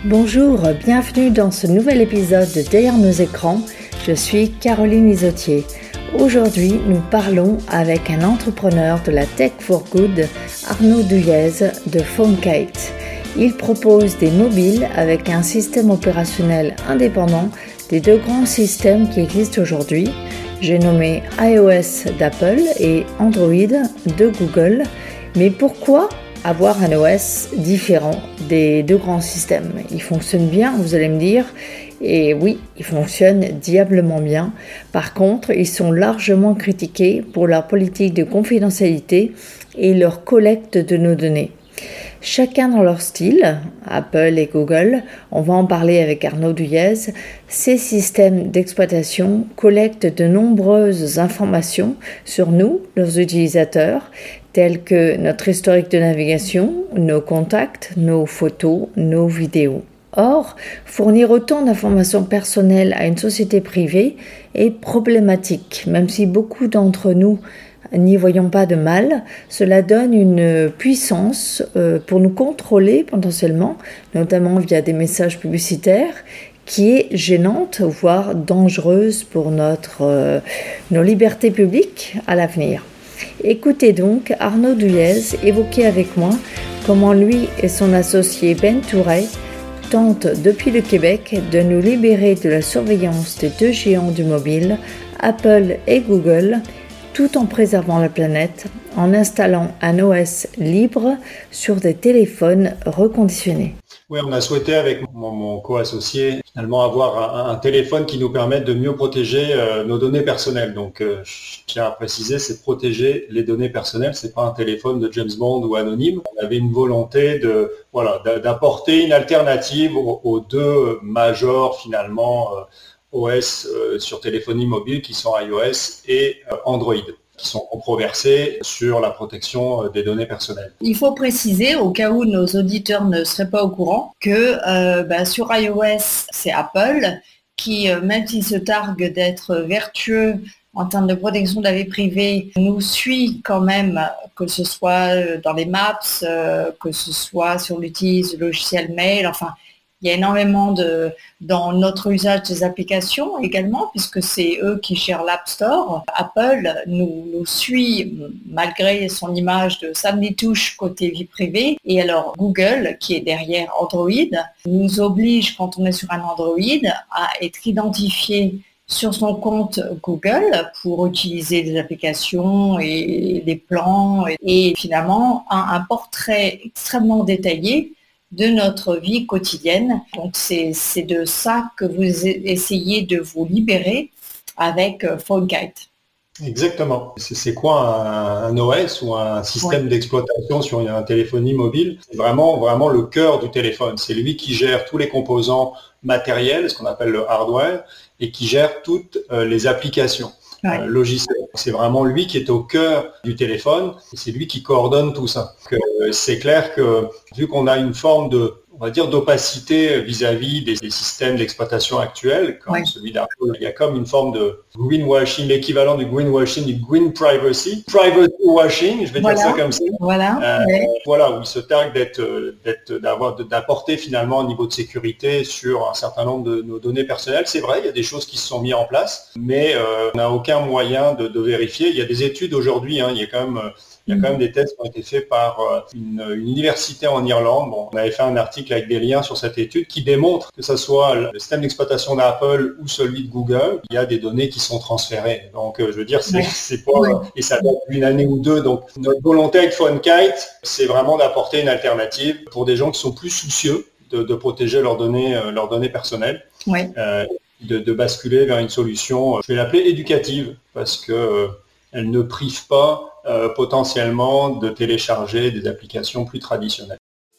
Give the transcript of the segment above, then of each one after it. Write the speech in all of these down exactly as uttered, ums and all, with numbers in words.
Bonjour, bienvenue dans ce nouvel épisode de Derrière nos écrans. Je suis Caroline Isotier. Aujourd'hui, nous parlons avec un entrepreneur de la Tech for Good, Arnaud Douillez de PhoneKite. Il propose des mobiles avec un système opérationnel indépendant des deux grands systèmes qui existent aujourd'hui. J'ai nommé iOS d'Apple et Android de Google. Mais pourquoi avoir un O S différent des deux grands systèmes? Il fonctionne bien, vous allez me dire. Et oui, ils fonctionnent diablement bien. Par contre, ils sont largement critiqués pour leur politique de confidentialité et leur collecte de nos données. Chacun dans leur style, Apple et Google, on va en parler avec Arnaud Douillez, ces systèmes d'exploitation collectent de nombreuses informations sur nous, leurs utilisateurs, telles que notre historique de navigation, nos contacts, nos photos, nos vidéos. Or, fournir autant d'informations personnelles à une société privée est problématique, même si beaucoup d'entre nous n'y voyons pas de mal. Cela donne une puissance pour nous contrôler potentiellement, notamment via des messages publicitaires, qui est gênante, voire dangereuse pour notre, euh, nos libertés publiques à l'avenir. Écoutez donc Arnaud Douillez évoquer avec moi comment lui et son associé Ben Touret tentent depuis le Québec de nous libérer de la surveillance des deux géants du mobile, Apple et Google, tout en préservant la planète, en installant un O S libre sur des téléphones reconditionnés. Oui, on a souhaité avec mon, mon co-associé finalement avoir un, un téléphone qui nous permette de mieux protéger euh, nos données personnelles. Donc, euh, je tiens à préciser, c'est protéger les données personnelles. C'est pas un téléphone de James Bond ou anonyme. On avait une volonté de voilà d'apporter une alternative aux, aux deux majors finalement euh, O S euh, sur téléphonie mobile qui sont iOS et euh, Android, qui sont controversés sur la protection des données personnelles. Il faut préciser, au cas où nos auditeurs ne seraient pas au courant, que euh, bah, sur iOS, c'est Apple qui, euh, même s'il se targue d'être vertueux en termes de protection de la vie privée, nous suit quand même, que ce soit dans les maps, euh, que ce soit sur l'utilisation du logiciel mail, enfin, il y a énormément de, dans notre usage des applications également, puisque c'est eux qui gèrent l'App Store. Apple nous, nous suit malgré son image de samedi touche côté vie privée. Et alors Google, qui est derrière Android, nous oblige, quand on est sur un Android, à être identifié sur son compte Google pour utiliser des applications et des plans et finalement un, un portrait extrêmement détaillé de notre vie quotidienne. Donc c'est, c'est de ça que vous essayez de vous libérer avec PhoneKite. Exactement. C'est, c'est quoi un, un O S ou un système ouais. d'exploitation sur une téléphonie mobile? C'est vraiment, vraiment le cœur du téléphone. C'est lui qui gère tous les composants matériels, ce qu'on appelle le hardware, et qui gère toutes euh, les applications. Ouais. Euh, logiciel. C'est vraiment lui qui est au cœur du téléphone et c'est lui qui coordonne tout ça. Donc, euh, c'est clair que vu qu'on a une forme de, on va dire, d'opacité vis-à-vis des, des systèmes d'exploitation actuels, comme ouais. celui d'Apple, il y a comme une forme de greenwashing, l'équivalent du greenwashing, du green privacy, privacy washing, je vais voilà. dire ça comme ça. Voilà. Euh, ouais. Voilà, où il se targue d'être, d'être, d'avoir, d'apporter finalement un niveau de sécurité sur un certain nombre de nos données personnelles. C'est vrai, il y a des choses qui se sont mises en place, mais euh, on n'a aucun moyen de, de vérifier. Il y a des études aujourd'hui, hein, il y a quand même Il y a quand même des tests qui ont été faits par une, une université en Irlande. Bon, on avait fait un article avec des liens sur cette étude qui démontre que ce soit le système d'exploitation d'Apple ou celui de Google, il y a des données qui sont transférées. Donc, je veux dire, c'est, ouais. c'est pas... Ouais. Et ça date d'une année ou deux. Donc, notre volonté avec PhoneKite, c'est vraiment d'apporter une alternative pour des gens qui sont plus soucieux de, de protéger leurs données, leurs données personnelles. Ouais. Euh, de, de basculer vers une solution, je vais l'appeler éducative, parce que euh, elle ne prive pas Euh, potentiellement de télécharger des applications plus traditionnelles.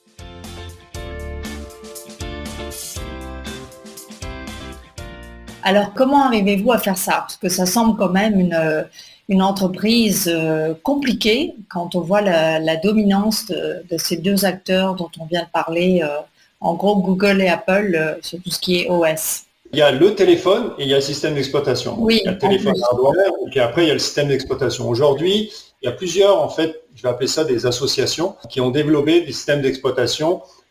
Alors, comment arrivez-vous à faire ça? Parce que ça semble quand même une, une entreprise euh, compliquée quand on voit la, la dominance de, de ces deux acteurs dont on vient de parler, euh, en gros Google et Apple, euh, sur tout ce qui est O S. Il y a le téléphone et il y a le système d'exploitation. Oui, il y a le téléphone hardware et puis après il y a le système d'exploitation. Aujourd'hui, il y a plusieurs, en fait, je vais appeler ça des associations qui ont développé des systèmes d'exploitation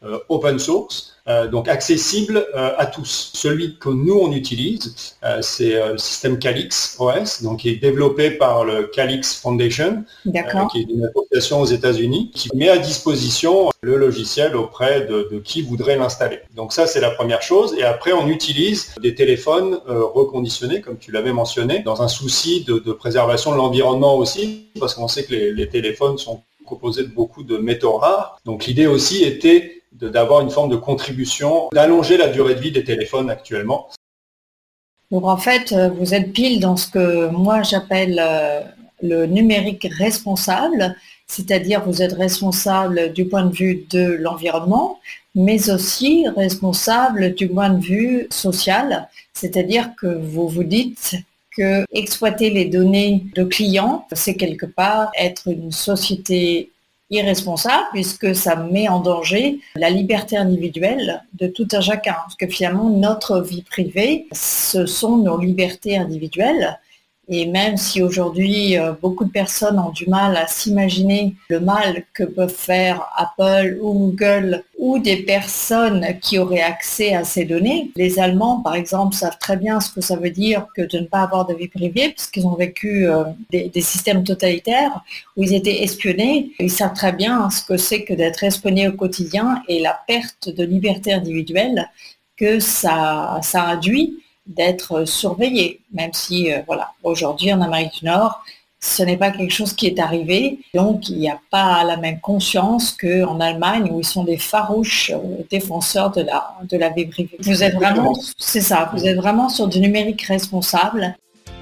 euh, open source, euh, donc accessible euh, à tous. Celui que nous on utilise, euh, c'est euh, le système Calix O S, donc qui est développé par le Calix Foundation, euh, qui est une association aux États-Unis, qui met à disposition le logiciel auprès de, de qui voudrait l'installer. Donc ça c'est la première chose. Et après on utilise des téléphones euh, reconditionnés, comme tu l'avais mentionné, dans un souci de, de préservation de l'environnement aussi, parce qu'on sait que les, les téléphones sont composés de beaucoup de métaux rares. Donc l'idée aussi était de, d'avoir une forme de contribution, d'allonger la durée de vie des téléphones actuellement. Donc en fait, vous êtes pile dans ce que moi j'appelle euh, le numérique responsable, c'est-à-dire vous êtes responsable du point de vue de l'environnement, mais aussi responsable du point de vue social, c'est-à-dire que vous vous dites que exploiter les données de clients, c'est quelque part être une société irresponsable puisque ça met en danger la liberté individuelle de tout un chacun. Parce que finalement, notre vie privée, ce sont nos libertés individuelles. Et même si aujourd'hui, beaucoup de personnes ont du mal à s'imaginer le mal que peuvent faire Apple ou Google ou des personnes qui auraient accès à ces données, les Allemands, par exemple, savent très bien ce que ça veut dire que de ne pas avoir de vie privée, puisqu'ils ont vécu euh, des, des systèmes totalitaires où ils étaient espionnés. Ils savent très bien ce que c'est que d'être espionné au quotidien et la perte de liberté individuelle que ça, ça induit d'être surveillé, même si, euh, voilà, aujourd'hui en Amérique du Nord, ce n'est pas quelque chose qui est arrivé, donc il n'y a pas la même conscience qu'en Allemagne où ils sont des farouches euh, défenseurs de la, de la vie privée. Vous êtes vraiment, c'est ça, vous êtes vraiment sur du numérique responsable.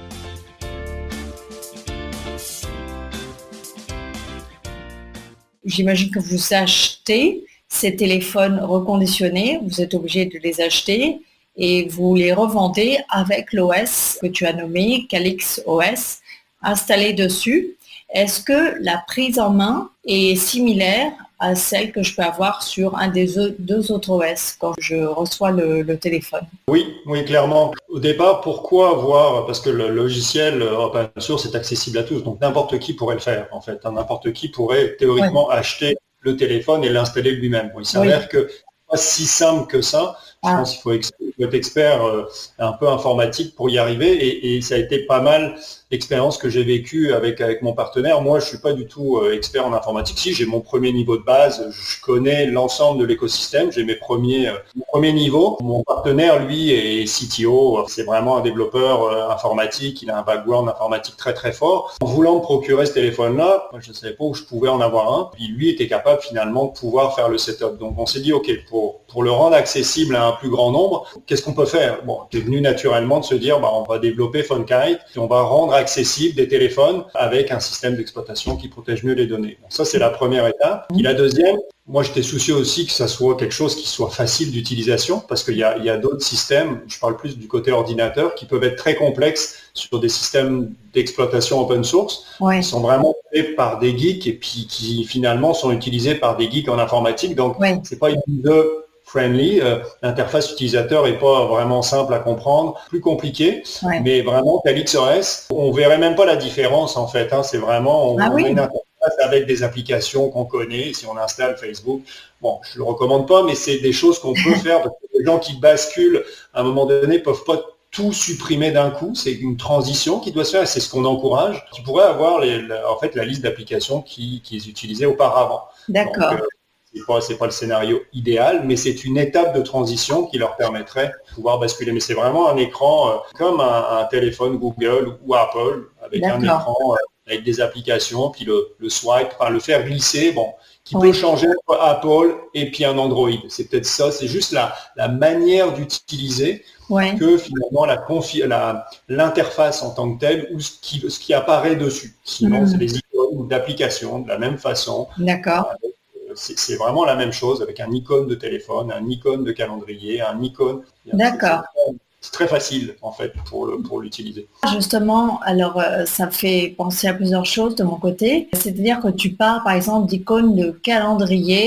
J'imagine que vous achetez ces téléphones reconditionnés, vous êtes obligé de les acheter, et vous les revendez avec l'O S que tu as nommé Calix O S installé dessus. Est-ce que la prise en main est similaire à celle que je peux avoir sur un des deux autres O S quand je reçois le, le téléphone? Oui, oui, clairement. Au départ, pourquoi avoir, parce que le logiciel open source est accessible à tous, donc n'importe qui pourrait le faire en fait. N'importe qui pourrait théoriquement ouais. acheter le téléphone et l'installer lui-même. Bon, il s'avère oui. que pas si simple que ça. Je ah. pense qu'il faut, ex- faut être expert euh, un peu informatique pour y arriver et, et ça a été pas mal l'expérience que j'ai vécue avec, avec mon partenaire. Moi, je suis pas du tout euh, expert en informatique. Si, j'ai mon premier niveau de base, je connais l'ensemble de l'écosystème, j'ai mes premiers, euh, mon premier niveau. Mon partenaire, lui, est C T O, c'est vraiment un développeur euh, informatique, il a un background informatique très très fort. En voulant me procurer ce téléphone-là, je ne savais pas où je pouvais en avoir un, puis lui était capable finalement de pouvoir faire le setup. Donc on s'est dit, ok, pour, pour le rendre accessible à un plus grand nombre, qu'est-ce qu'on peut faire? Bon, c'est venu naturellement de se dire, bah, on va développer PhoneKite et on va rendre accessible des téléphones avec un système d'exploitation qui protège mieux les données. Donc ça, c'est la première étape. Et la deuxième, moi, j'étais soucieux aussi que ça soit quelque chose qui soit facile d'utilisation parce qu'il y a, il y a d'autres systèmes, je parle plus du côté ordinateur, qui peuvent être très complexes sur des systèmes d'exploitation open source, ouais. qui sont vraiment faits par des geeks et puis qui finalement sont utilisés par des geeks en informatique. Donc, ouais. c'est pas une user friendly, euh, l'interface utilisateur est pas vraiment simple à comprendre, plus compliqué, ouais. mais vraiment Calix O S, on verrait même pas la différence en fait, hein, c'est vraiment, on, ah, on oui. a une interface avec des applications qu'on connaît, si on installe Facebook, bon, je le recommande pas, mais c'est des choses qu'on peut faire, parce que les gens qui basculent à un moment donné peuvent pas tout supprimer d'un coup, c'est une transition qui doit se faire, et c'est ce qu'on encourage. Tu pourrais avoir les, la, en fait la liste d'applications qui, qui utilisaient auparavant. D'accord. Donc, euh, C'est pas, c'est pas le scénario idéal, mais c'est une étape de transition qui leur permettrait de pouvoir basculer. Mais c'est vraiment un écran euh, comme un, un téléphone Google ou Apple, avec D'accord. un écran, euh, avec des applications, puis le, le swipe, enfin le faire glisser, bon, qui oui. peut changer entre Apple et puis un Android. C'est peut-être ça, c'est juste la, la manière d'utiliser ouais. que finalement la confi- la, l'interface en tant que telle ou ce qui, ce qui apparaît dessus. Sinon, mmh. c'est des icônes d'applications de la même façon. D'accord. Euh, C'est, c'est vraiment la même chose avec un icône de téléphone, un icône de calendrier, un icône. D'accord. C'est, c'est très facile en fait pour, le, pour l'utiliser. Justement, alors euh, ça fait penser à plusieurs choses de mon côté. C'est-à-dire que tu parles par exemple d'icônes de calendrier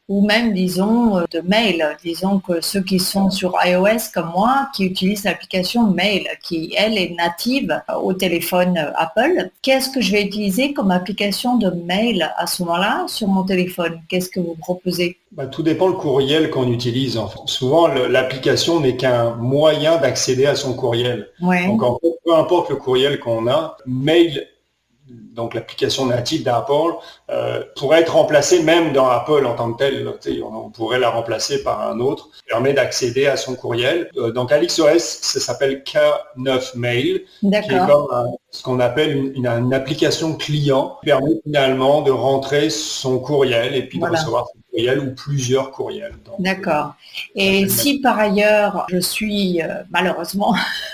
ou même, disons, de mail. Disons que ceux qui sont sur iOS comme moi, qui utilisent l'application Mail, qui, elle, est native au téléphone Apple, qu'est-ce que je vais utiliser comme application de mail à ce moment-là sur mon téléphone? Qu'est-ce que vous proposez? Bah, tout dépend le courriel qu'on utilise. En fait. Souvent, le, l'application n'est qu'un moyen d'accéder à son courriel. Ouais. Donc, en fait, peu importe le courriel qu'on a, Mail, donc l'application native d'Apple, euh, pourrait être remplacée même dans Apple en tant que telle. On, on pourrait la remplacer par un autre, qui permet d'accéder à son courriel. Euh, donc à l'X O S, ça s'appelle K neuf Mail, D'accord. qui est comme un, ce qu'on appelle une, une, une application client, qui permet finalement de rentrer son courriel et puis de Voilà. recevoir son courriel ou plusieurs courriels. Donc, d'accord. Et si par ailleurs, je suis euh, malheureusement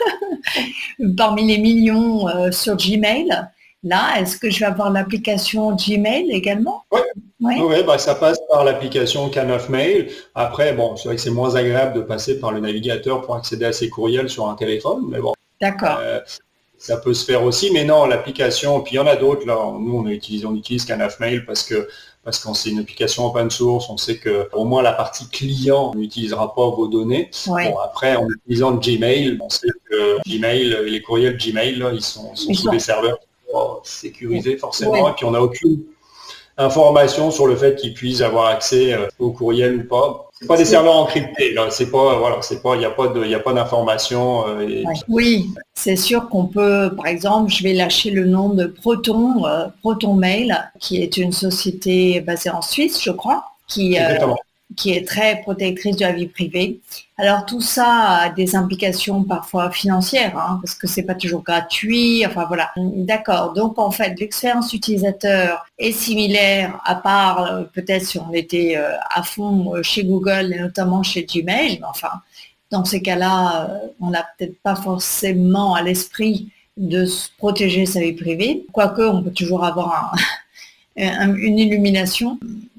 parmi les millions euh, sur Gmail, là, est-ce que je vais avoir l'application Gmail également? Oui, ouais. ouais, bah, ça passe par l'application K neuf Mail. Après, bon, c'est vrai que c'est moins agréable de passer par le navigateur pour accéder à ses courriels sur un téléphone, mais bon. D'accord. Euh, ça peut se faire aussi, mais non, l'application, puis il y en a d'autres, là, nous on utilise, on utilise K neuf Mail parce que parce que c'est une application open source, on sait que au moins la partie client n'utilisera pas vos données. Ouais. Bon, après, en utilisant Gmail, on sait que Gmail, les courriels Gmail, là, ils sont, sont Ils sous sont... des serveurs sécurisés forcément, ouais. et puis on n'a aucune information sur le fait qu'ils puissent avoir accès euh, au courriel ou pas. C'est pas des serveurs encryptés, là. C'est pas, voilà, c'est pas, il n'y a pas de, il y a pas d'information. Euh, et... ouais. Oui, c'est sûr qu'on peut, par exemple, je vais lâcher le nom de Proton, euh, Proton Mail, qui est une société basée en Suisse, je crois, qui, euh, qui est très protectrice de la vie privée. Alors tout ça a des implications parfois financières, hein, parce que c'est pas toujours gratuit. Enfin voilà. D'accord. Donc en fait, l'expérience utilisateur est similaire, à part euh, peut-être si on était euh, à fond euh, chez Google et notamment chez Gmail. Mais enfin, dans ces cas-là, euh, on n'a peut-être pas forcément à l'esprit de se protéger sa vie privée. Quoique, on peut toujours avoir un, un, une illumination.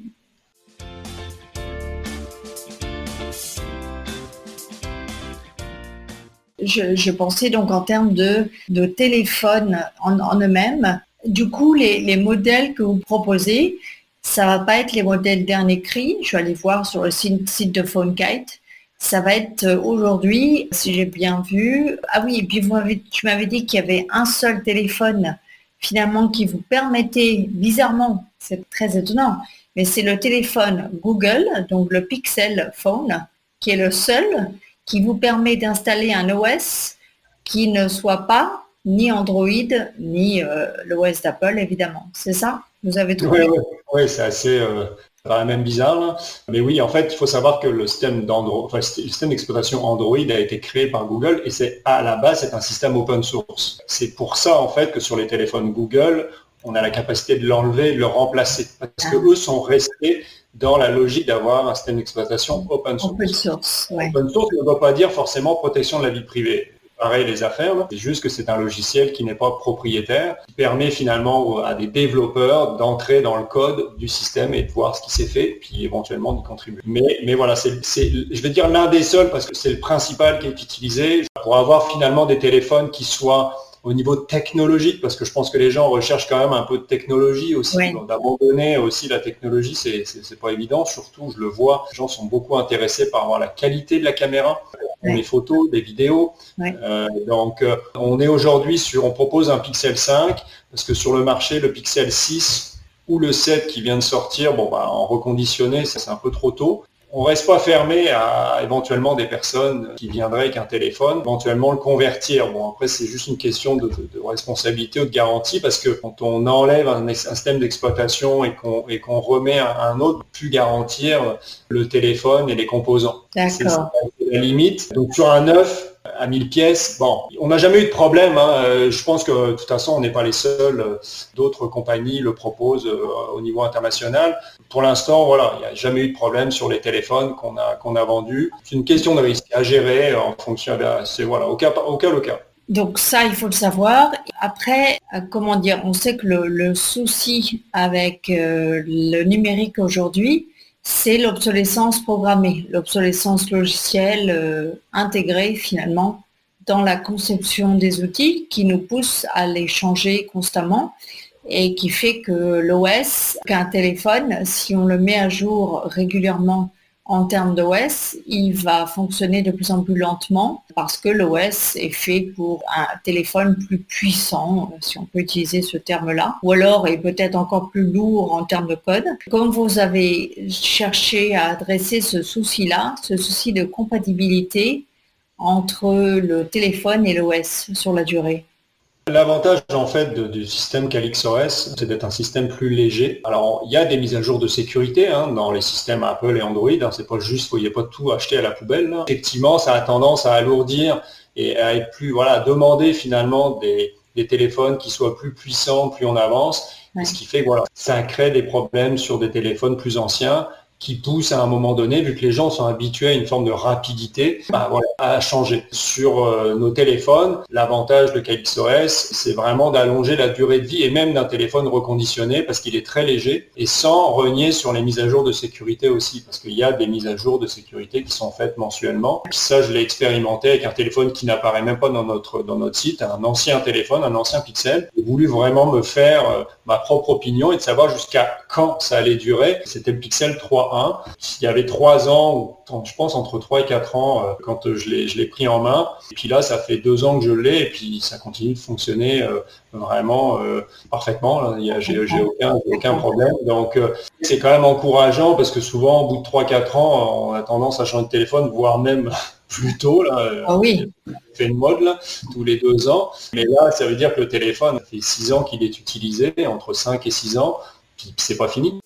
Je, je pensais donc en termes de, de téléphone en, en eux-mêmes. Du coup, les, les modèles que vous proposez, ça va pas être les modèles dernier cri. Je suis allée voir sur le site, site de PhoneKite. Ça va être aujourd'hui, si j'ai bien vu. Ah oui, et puis vous m'avez, tu m'avais dit qu'il y avait un seul téléphone finalement qui vous permettait, bizarrement, c'est très étonnant, mais c'est le téléphone Google, donc le Pixel Phone, qui est le seul qui vous permet d'installer un O S qui ne soit pas ni Android, ni euh, l'O S d'Apple, évidemment. C'est ça? Vous avez trouvé? Oui, oui, oui, c'est assez... Euh... Ça paraît même bizarre, là. Mais oui, en fait, il faut savoir que le système d'Android, enfin, le système d'exploitation Android a été créé par Google et c'est à la base, c'est un système open source. C'est pour ça, en fait, que sur les téléphones Google, on a la capacité de l'enlever et de le remplacer. Parce que eux sont restés dans la logique d'avoir un système d'exploitation open source. Open source, ouais. Open source ne doit pas dire forcément protection de la vie privée. Pareil les affaires, c'est juste que c'est un logiciel qui n'est pas propriétaire, qui permet finalement à des développeurs d'entrer dans le code du système et de voir ce qui s'est fait, puis éventuellement d'y contribuer. Mais, mais voilà, c'est, c'est, je vais dire l'un des seuls parce que c'est le principal qui est utilisé pour avoir finalement des téléphones qui soient au niveau technologique, parce que je pense que les gens recherchent quand même un peu de technologie aussi. Oui. Donc, d'abandonner aussi la technologie, c'est, c'est, c'est pas évident. Surtout, je le vois, les gens sont beaucoup intéressés par avoir la qualité de la caméra, oui. les photos, des vidéos. Oui. Euh, donc, euh, on est aujourd'hui sur, on propose un Pixel cinq, parce que sur le marché, le Pixel six ou le sept qui vient de sortir, bon, bah, en reconditionné, ça, c'est un peu trop tôt. On ne reste pas fermé à éventuellement des personnes qui viendraient avec un téléphone, éventuellement le convertir. Bon, après, c'est juste une question de, de, de responsabilité ou de garantie, parce que quand on enlève un, un système d'exploitation et qu'on, et qu'on remet un, un autre, on ne peut plus garantir le téléphone et les composants. D'accord. C'est, c'est la limite. Donc sur un neuf, à mille pièces, bon, on n'a jamais eu de problème. Hein. Je pense que de toute façon, on n'est pas les seuls. D'autres compagnies le proposent au niveau international. Pour l'instant, voilà, il n'y a jamais eu de problème sur les téléphones qu'on a, qu'on a vendus. C'est une question de risque à gérer en fonction de... C'est, voilà, au cas, au cas le cas. Donc ça, il faut le savoir. Après, comment dire, on sait que le, le souci avec euh, le numérique aujourd'hui, c'est l'obsolescence programmée, l'obsolescence logicielle euh, intégrée finalement dans la conception des outils qui nous pousse à les changer constamment. et qui fait que l'O S, qu'un téléphone, si on le met à jour régulièrement en termes d'O S, il va fonctionner de plus en plus lentement parce que l'O S est fait pour un téléphone plus puissant, si on peut utiliser ce terme-là, ou alors est peut-être encore plus lourd en termes de code. Comme vous avez cherché à adresser ce souci-là, ce souci de compatibilité entre le téléphone et l'O S sur la durée? L'avantage en fait de- du système CalyxOS, c'est d'être un système plus léger. Alors il y a des mises à jour de sécurité hein, dans les systèmes Apple et Android. Hein, c'est pas juste, il faut pas tout acheter à la poubelle. Là. Effectivement, ça a tendance à alourdir et à être plus, voilà, à demander finalement des, des téléphones qui soient plus puissants, plus on avance. Ouais. Ce qui fait que voilà, ça crée des problèmes sur des téléphones plus anciens, qui pousse à un moment donné, vu que les gens sont habitués à une forme de rapidité, bah, voilà, à changer. Sur euh, nos téléphones, l'avantage de CalyxOS, c'est vraiment d'allonger la durée de vie et même d'un téléphone reconditionné parce qu'il est très léger et sans renier sur les mises à jour de sécurité aussi, parce qu'il y a des mises à jour de sécurité qui sont faites mensuellement. Ça, je l'ai expérimenté avec un téléphone qui n'apparaît même pas dans notre, dans notre site, un ancien téléphone, un ancien Pixel. J'ai voulu vraiment me faire euh, ma propre opinion et de savoir jusqu'à quand ça allait durer. C'était le Pixel trois un. Il y avait trois ans, ou je pense entre trois et quatre ans, euh, quand euh, je l'ai, je l'ai pris en main. Et puis là, ça fait deux ans que je l'ai, et puis ça continue de fonctionner euh, vraiment euh, parfaitement. Là. Il y a, j'ai, j'ai aucun, aucun problème. Donc euh, c'est quand même encourageant, parce que souvent, au bout de trois quatre ans, on a tendance à changer de téléphone, voire même plus tôt. Là. Ah oui. On fait une mode là, tous les deux ans. Mais là, ça veut dire que le téléphone, ça fait six ans qu'il est utilisé, entre cinq et six ans, puis c'est pas fini.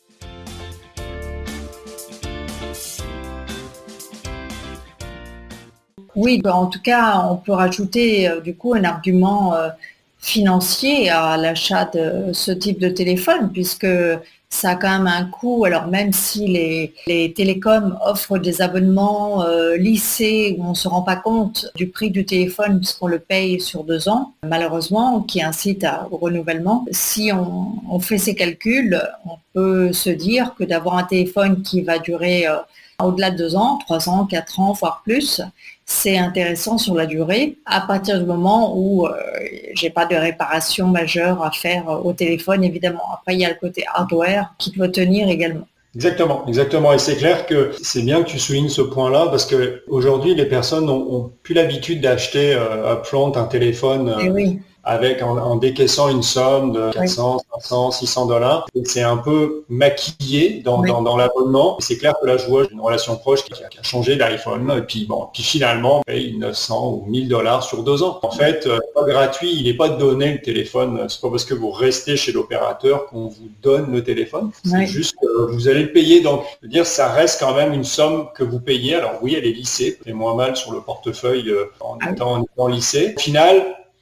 Oui, ben, en tout cas, on peut rajouter euh, du coup un argument euh, financier à l'achat de ce type de téléphone, puisque ça a quand même un coût. Alors même si les, les télécoms offrent des abonnements euh, lissés où on ne se rend pas compte du prix du téléphone puisqu'on le paye sur deux ans, malheureusement, qui incite à, au renouvellement, si on, on fait ces calculs, on peut se dire que d'avoir un téléphone qui va durer euh, au-delà de deux ans, trois ans, quatre ans, voire plus, c'est intéressant sur la durée, à partir du moment où euh, j'ai pas de réparation majeure à faire au téléphone, évidemment. Après, il y a le côté hardware qui doit tenir également. Exactement, exactement. Et c'est clair que c'est bien que tu soulignes ce point-là, parce que aujourd'hui, les personnes ont, ont plus l'habitude d'acheter euh, upfront un téléphone euh, oui. avec en, en décaissant une somme de quatre cents, oui. cinq cents, six cents dollars. Et c'est un peu maquillé dans, oui. dans, dans l'abonnement. Et c'est clair que là, je vois une relation proche qui a, qui a changé d'iPhone. Et puis bon, puis finalement, on paye neuf cents ou mille dollars sur deux ans. En fait, euh, pas gratuit, il n'est pas donné le téléphone. C'est pas parce que vous restez chez l'opérateur qu'on vous donne le téléphone. C'est oui. juste que vous allez le payer. Donc, je veux dire, ça reste quand même une somme que vous payez. Alors oui, elle est lissée. Ça fait moins mal sur le portefeuille euh, en, ah étant, oui. en étant lissée. Au final,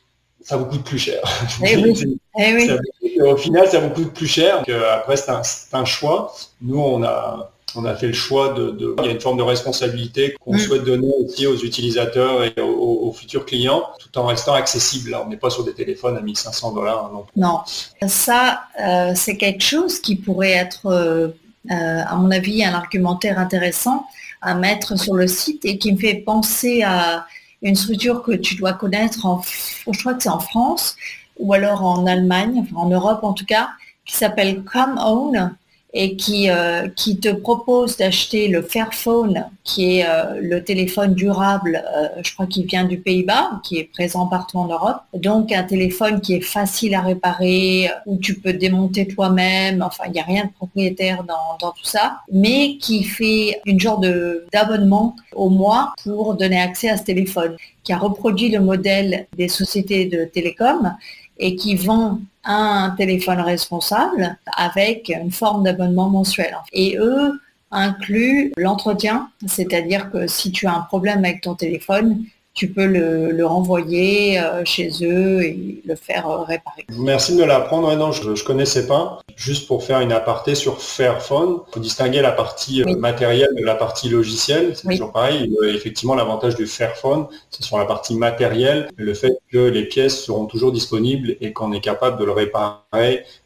ça vous coûte plus cher. Eh oui. Eh oui. Ça, au final, ça vous coûte plus cher. Donc, après, c'est un, c'est un choix. Nous, on a, on a fait le choix de, de... Il y a une forme de responsabilité qu'on mm. souhaite donner aussi aux utilisateurs et aux, aux futurs clients, tout en restant accessible. Là, on n'est pas sur des téléphones à mille cinq cents dollars. Non. non. Ça, euh, c'est quelque chose qui pourrait être, euh, à mon avis, un argumentaire intéressant à mettre sur le site et qui me fait penser à une structure que tu dois connaître, en, je crois que c'est en France, ou alors en Allemagne, enfin en Europe en tout cas, qui s'appelle ComeOwn et qui, euh, qui te propose d'acheter le Fairphone, qui est euh, le téléphone durable, euh, je crois qu'il vient du Pays-Bas, qui est présent partout en Europe. Donc un téléphone qui est facile à réparer, où tu peux démonter toi-même, enfin il n'y a rien de propriétaire dans, dans tout ça, mais qui fait une genre de, d'abonnement au mois pour donner accès à ce téléphone, qui a reproduit le modèle des sociétés de télécom et qui vend un téléphone responsable avec une forme d'abonnement mensuel. Et eux incluent l'entretien, c'est-à-dire que si tu as un problème avec ton téléphone, tu peux le, le renvoyer euh, chez eux et le faire euh, réparer. Merci de me l'apprendre. Ouais, non, je ne connaissais pas. Juste pour faire une aparté sur Fairphone, il faut distinguer la partie oui. matérielle de la partie logicielle. C'est oui. toujours pareil. Effectivement, l'avantage du Fairphone, c'est sur la partie matérielle, le fait que les pièces seront toujours disponibles et qu'on est capable de le réparer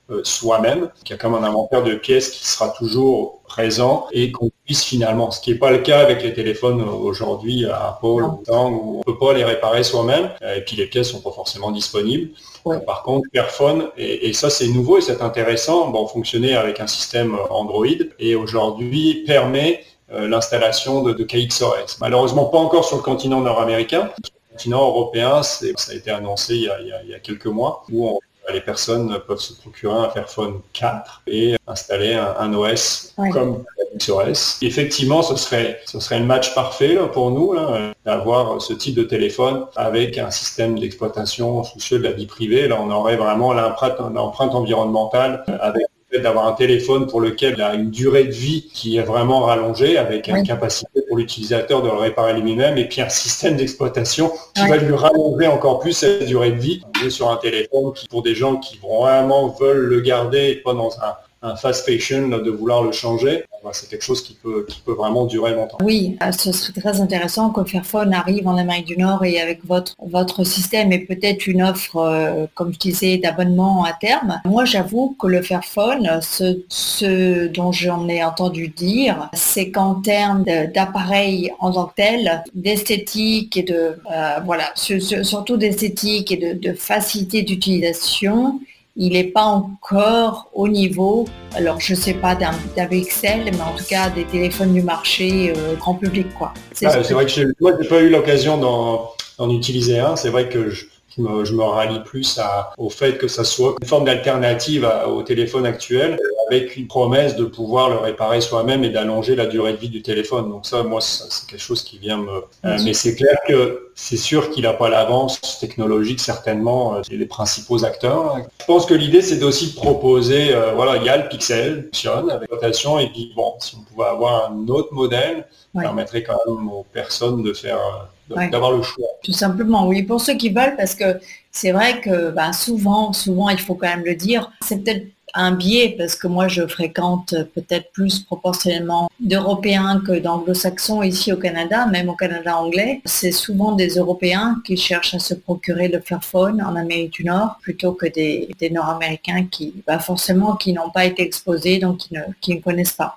euh, soi-même, qu'il y a comme un inventaire de pièces qui sera toujours présent et qu'on puisse finalement, ce qui n'est pas le cas avec les téléphones aujourd'hui à Apple ou Tang, où on ne peut pas les réparer soi-même et puis les pièces sont pas forcément disponibles. Ouais. Par contre, Fairphone, et, et ça c'est nouveau et c'est intéressant, bon, fonctionner avec un système Android et aujourd'hui permet euh, l'installation de, de K X O S. Malheureusement pas encore sur le continent nord-américain. Sur le continent européen, c'est, ça a été annoncé il y a, il y a, il y a quelques mois, où on, les personnes peuvent se procurer un Fairphone quatre et installer un, un O S ouais. comme K X O S. Effectivement, ce serait, ce serait le match parfait là, pour nous, là, d'avoir ce type de téléphone avec un système d'exploitation soucieux de la vie privée. Là, on aurait vraiment l'empreinte, l'empreinte environnementale avec le fait d'avoir un téléphone pour lequel il a une durée de vie qui est vraiment rallongée, avec oui. une capacité pour l'utilisateur de le réparer lui-même, et puis un système d'exploitation qui oui. va lui rallonger encore plus cette durée de vie. On est sur un téléphone qui, pour des gens qui vraiment veulent le garder et pas dans un un fast fashion de vouloir le changer, c'est quelque chose qui peut, qui peut vraiment durer longtemps. Oui, ce serait très intéressant que Fairphone arrive en Amérique du Nord et avec votre, votre système et peut-être une offre, euh, comme je disais, d'abonnement à terme. Moi, j'avoue que le Fairphone, ce, ce dont j'en ai entendu dire, c'est qu'en termes d'appareil en tant que tel, d'esthétique et de, euh, voilà, surtout d'esthétique et de, de facilité d'utilisation, il n'est pas encore au niveau, alors je ne sais pas d'un, d'un Pixel, mais en tout cas des téléphones du marché euh, grand public, quoi. C'est, ah, c'est vrai que j'ai, moi, je n'ai pas eu l'occasion d'en, d'en utiliser un. C'est vrai que je, je, me, je me rallie plus à, au fait que ça soit une forme d'alternative à, au téléphone actuel, avec une promesse de pouvoir le réparer soi-même et d'allonger la durée de vie du téléphone. Donc ça, moi, ça, c'est quelque chose qui vient me... Euh, mais c'est clair que c'est sûr qu'il n'a pas l'avance technologique, certainement, euh, les principaux acteurs. Je pense que l'idée, c'est aussi de proposer, euh, voilà, il y a le Pixel, avec rotation, et puis bon, si on pouvait avoir un autre modèle, ouais. ça permettrait quand même aux personnes de faire... De, ouais. d'avoir le choix. Tout simplement, oui, pour ceux qui veulent, parce que c'est vrai que ben, souvent, souvent, il faut quand même le dire, c'est peut-être un biais, parce que moi je fréquente peut-être plus proportionnellement d'Européens que d'Anglo-Saxons ici au Canada, même au Canada anglais. C'est souvent des Européens qui cherchent à se procurer le Fairphone en Amérique du Nord plutôt que des, des Nord-Américains qui, bah forcément, qui n'ont pas été exposés, donc qui ne, qui ne connaissent pas.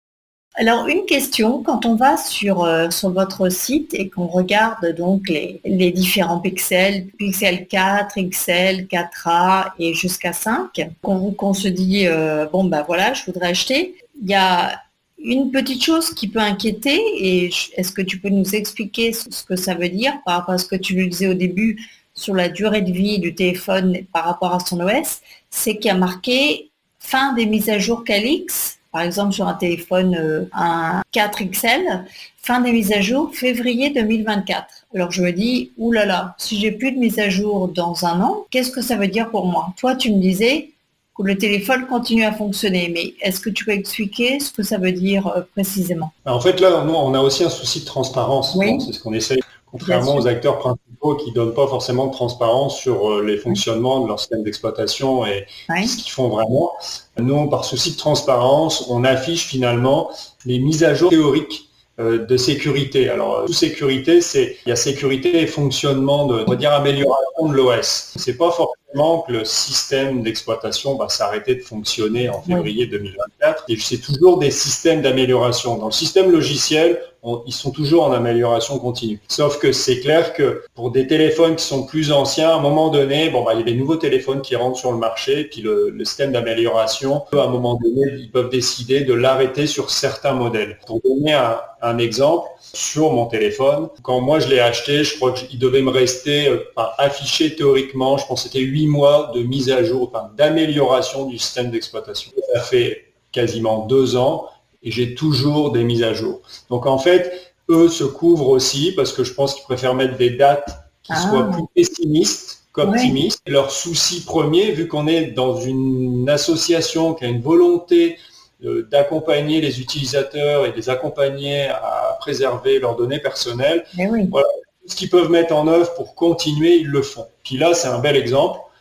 Alors une question, quand on va sur, euh, sur votre site et qu'on regarde donc les, les différents pixels, Pixel quatre, X L, quatre A et jusqu'à cinq, qu'on, qu'on se dit euh, bon ben voilà, je voudrais acheter, il y a une petite chose qui peut inquiéter, et est-ce que tu peux nous expliquer ce que ça veut dire par rapport à ce que tu nous disais au début sur la durée de vie du téléphone par rapport à son O S, c'est qu'il y a marqué fin des mises à jour Calix. Par exemple, sur un téléphone, euh, un quatre X L, fin des mises à jour, février deux mille vingt-quatre. Alors je me dis, oulala, si j'ai plus de mise à jour dans un an, qu'est-ce que ça veut dire pour moi? Toi, tu me disais que le téléphone continue à fonctionner, mais est-ce que tu peux expliquer ce que ça veut dire euh, précisément? En fait, là, nous, on a aussi un souci de transparence. Oui. Bon, c'est ce qu'on essaye. Contrairement aux acteurs principaux qui ne donnent pas forcément de transparence sur les fonctionnements de leur système d'exploitation et oui. ce qu'ils font vraiment, nous, par souci de transparence, on affiche finalement les mises à jour théoriques de sécurité. Alors, sous sécurité, c'est il y a sécurité et fonctionnement de, on va dire, amélioration de l'O S. C'est pas forcément que le système d'exploitation va s'arrêter de fonctionner en février oui. deux mille vingt-quatre. Et c'est toujours des systèmes d'amélioration. Dans le système logiciel, on, ils sont toujours en amélioration continue. Sauf que c'est clair que pour des téléphones qui sont plus anciens, à un moment donné, bon, bah, il y a des nouveaux téléphones qui rentrent sur le marché, puis le, le système d'amélioration, à un moment donné, ils peuvent décider de l'arrêter sur certains modèles. Pour donner un, un exemple, sur mon téléphone, quand moi je l'ai acheté, je crois qu'il devait me rester euh, enfin, affiché théoriquement, je pense que c'était huit mois de mise à jour, enfin, d'amélioration du système d'exploitation. Ça fait quasiment deux ans. Et j'ai toujours des mises à jour. Donc en fait, eux se couvrent aussi parce que je pense qu'ils préfèrent mettre des dates qui ah. soient plus pessimistes qu'optimistes. Ouais. Leur souci premier, vu qu'on est dans une association qui a une volonté euh, d'accompagner les utilisateurs et de les accompagner à préserver leurs données personnelles, oui. voilà, tout ce qu'ils peuvent mettre en œuvre pour continuer, ils le font. Puis là, c'est un bel exemple.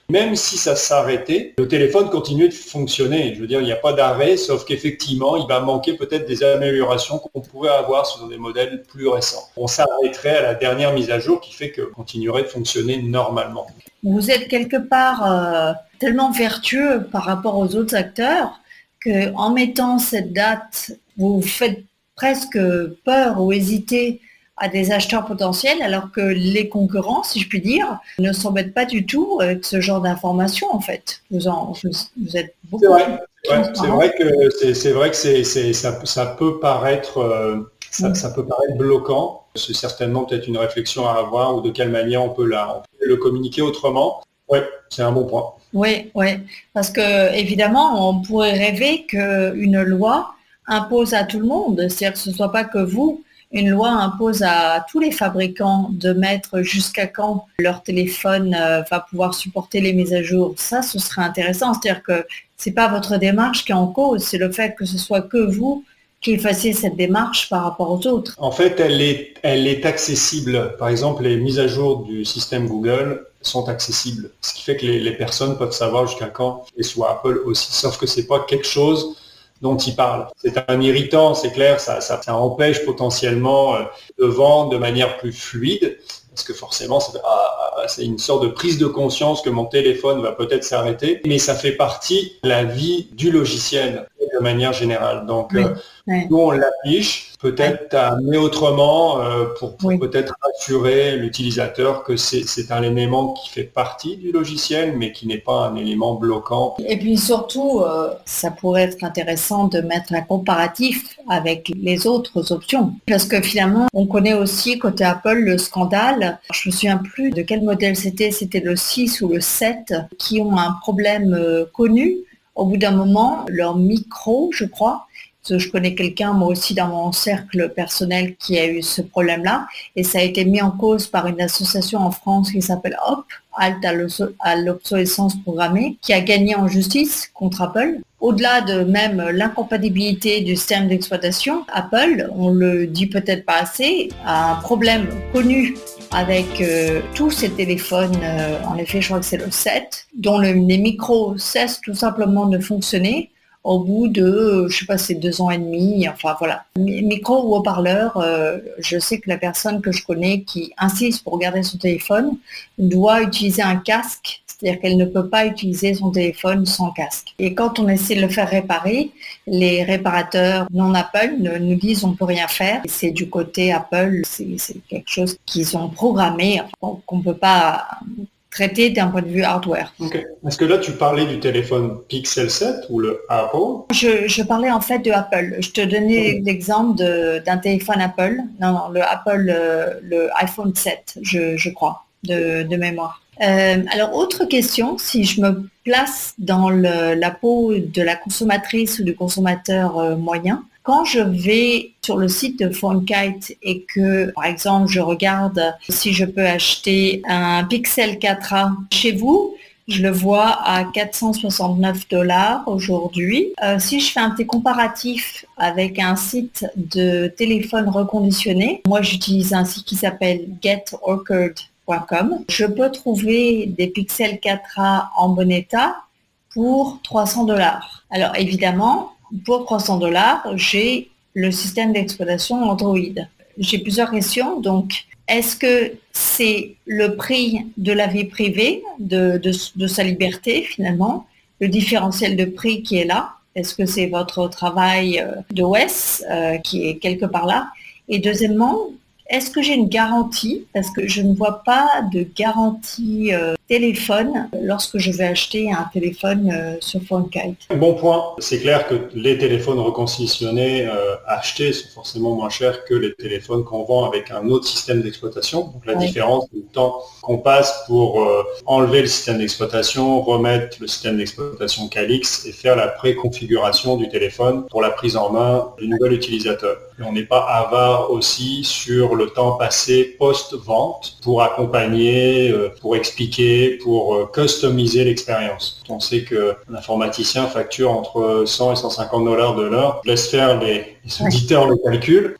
Même si ça s'arrêtait, le téléphone continuait de fonctionner. Je veux dire, il n'y a pas d'arrêt, sauf qu'effectivement, il va manquer peut-être des améliorations qu'on pourrait avoir sur des modèles plus récents. On s'arrêterait à la dernière mise à jour qui fait que continuerait de fonctionner normalement. Vous êtes quelque part euh, tellement vertueux par rapport aux autres acteurs qu'en mettant cette date, vous faites presque peur ou hésiter à des acheteurs potentiels, alors que les concurrents, si je puis dire, ne s'embêtent pas du tout avec ce genre d'informations, en fait. Vous, en, vous, vous êtes beaucoup c'est vrai, plus ouais, c'est vrai que c'est, c'est vrai que c'est, c'est, ça, ça peut paraître euh, ça, Mm. ça peut paraître bloquant. C'est certainement peut-être une réflexion à avoir ou de quelle manière on peut, la, on peut le communiquer autrement. Oui, c'est un bon point. Oui, oui, parce que évidemment, on pourrait rêver qu'une loi impose à tout le monde, c'est-à-dire que ce ne soit pas que vous. Une loi impose à tous les fabricants de mettre jusqu'à quand leur téléphone euh, va pouvoir supporter les mises à jour. Ça, ce serait intéressant. C'est-à-dire que c'est pas votre démarche qui est en cause, c'est le fait que ce soit que vous qui fassiez cette démarche par rapport aux autres. En fait, elle est, elle est accessible. Par exemple, les mises à jour du système Google sont accessibles, ce qui fait que les, les personnes peuvent savoir jusqu'à quand, et soit Apple aussi. Sauf que c'est pas quelque chose dont ils parlent. C'est un irritant, c'est clair, ça, ça, ça empêche potentiellement euh, de vendre de manière plus fluide, parce que forcément, c'est, ah, c'est une sorte de prise de conscience que mon téléphone va peut-être s'arrêter, mais ça fait partie de la vie du logiciel de manière générale. Donc, Oui, euh, oui. nous, on l'affiche, peut-être amener autrement euh, pour, pour Oui. peut-être rassurer l'utilisateur que c'est, c'est un élément qui fait partie du logiciel, mais qui n'est pas un élément bloquant. Et puis surtout, euh, ça pourrait être intéressant de mettre un comparatif avec les autres options. Parce que finalement, on connaît aussi côté Apple le scandale. Je me souviens plus de quel modèle c'était, c'était le six ou le sept, qui ont un problème euh, connu. Au bout d'un moment, leur micro, je crois, parce que je connais quelqu'un, moi aussi, dans mon cercle personnel qui a eu ce problème-là, et ça a été mis en cause par une association en France qui s'appelle H O P, Halte à l'obsolescence programmée, qui a gagné en justice contre Apple. Au-delà de même l'incompatibilité du système d'exploitation, Apple, on le dit peut-être pas assez, a un problème connu avec euh, tous ces téléphones, euh, en effet je crois que c'est le sept, dont le, les micros cessent tout simplement de fonctionner au bout de, euh, je sais pas, c'est deux ans et demi, enfin voilà. Micro ou haut-parleur, euh, je sais que la personne que je connais qui insiste pour garder son téléphone doit utiliser un casque, c'est-à-dire qu'elle ne peut pas utiliser son téléphone sans casque. Et quand on essaie de le faire réparer, les réparateurs non Apple nous disent on ne peut rien faire. Et c'est du côté Apple, c'est, c'est quelque chose qu'ils ont programmé, enfin, qu'on ne peut pas traiter d'un point de vue hardware. Okay. Est-ce que là tu parlais du téléphone Pixel sept ou le Apple? Je, je parlais en fait de Apple. Je te donnais mmh. l'exemple de, d'un téléphone Apple. Non, non, le Apple, le, le iPhone sept, je, je crois, de, de mémoire. Euh, alors, autre question, si je me place dans le, la peau de la consommatrice ou du consommateur euh, moyen, quand je vais sur le site de PhoneKite et que, par exemple, je regarde si je peux acheter un Pixel quatre A chez vous, je le vois à quatre cent soixante-neuf dollars aujourd'hui. Euh, si je fais un petit comparatif avec un site de téléphone reconditionné, moi j'utilise un site qui s'appelle get orchard point com. Je peux trouver des Pixel quatre A en bon état pour trois cents dollars. Alors évidemment, pour trois cents dollars, j'ai le système d'exploitation Android. J'ai plusieurs questions. Donc, est-ce que c'est le prix de la vie privée, de, de, de sa liberté finalement, le différentiel de prix qui est là? Est-ce que c'est votre travail d'O S euh, qui est quelque part là? Et deuxièmement, est-ce que j'ai une garantie? Parce que je ne vois pas de garantie euh, téléphone lorsque je vais acheter un téléphone euh, sur PhoneKite. Bon point. C'est clair que les téléphones reconditionnés euh, achetés sont forcément moins chers que les téléphones qu'on vend avec un autre système d'exploitation. Donc la oui. différence, c'est le temps qu'on passe pour euh, enlever le système d'exploitation, remettre le système d'exploitation Calix et faire la préconfiguration du téléphone pour la prise en main du nouvel utilisateur. Et on n'est pas avare aussi sur le temps passé post-vente pour accompagner, euh, pour expliquer, pour euh, customiser l'expérience. On sait qu'un informaticien facture entre cent et cent cinquante dollars de l'heure. Je laisse faire les, les auditeurs le calcul.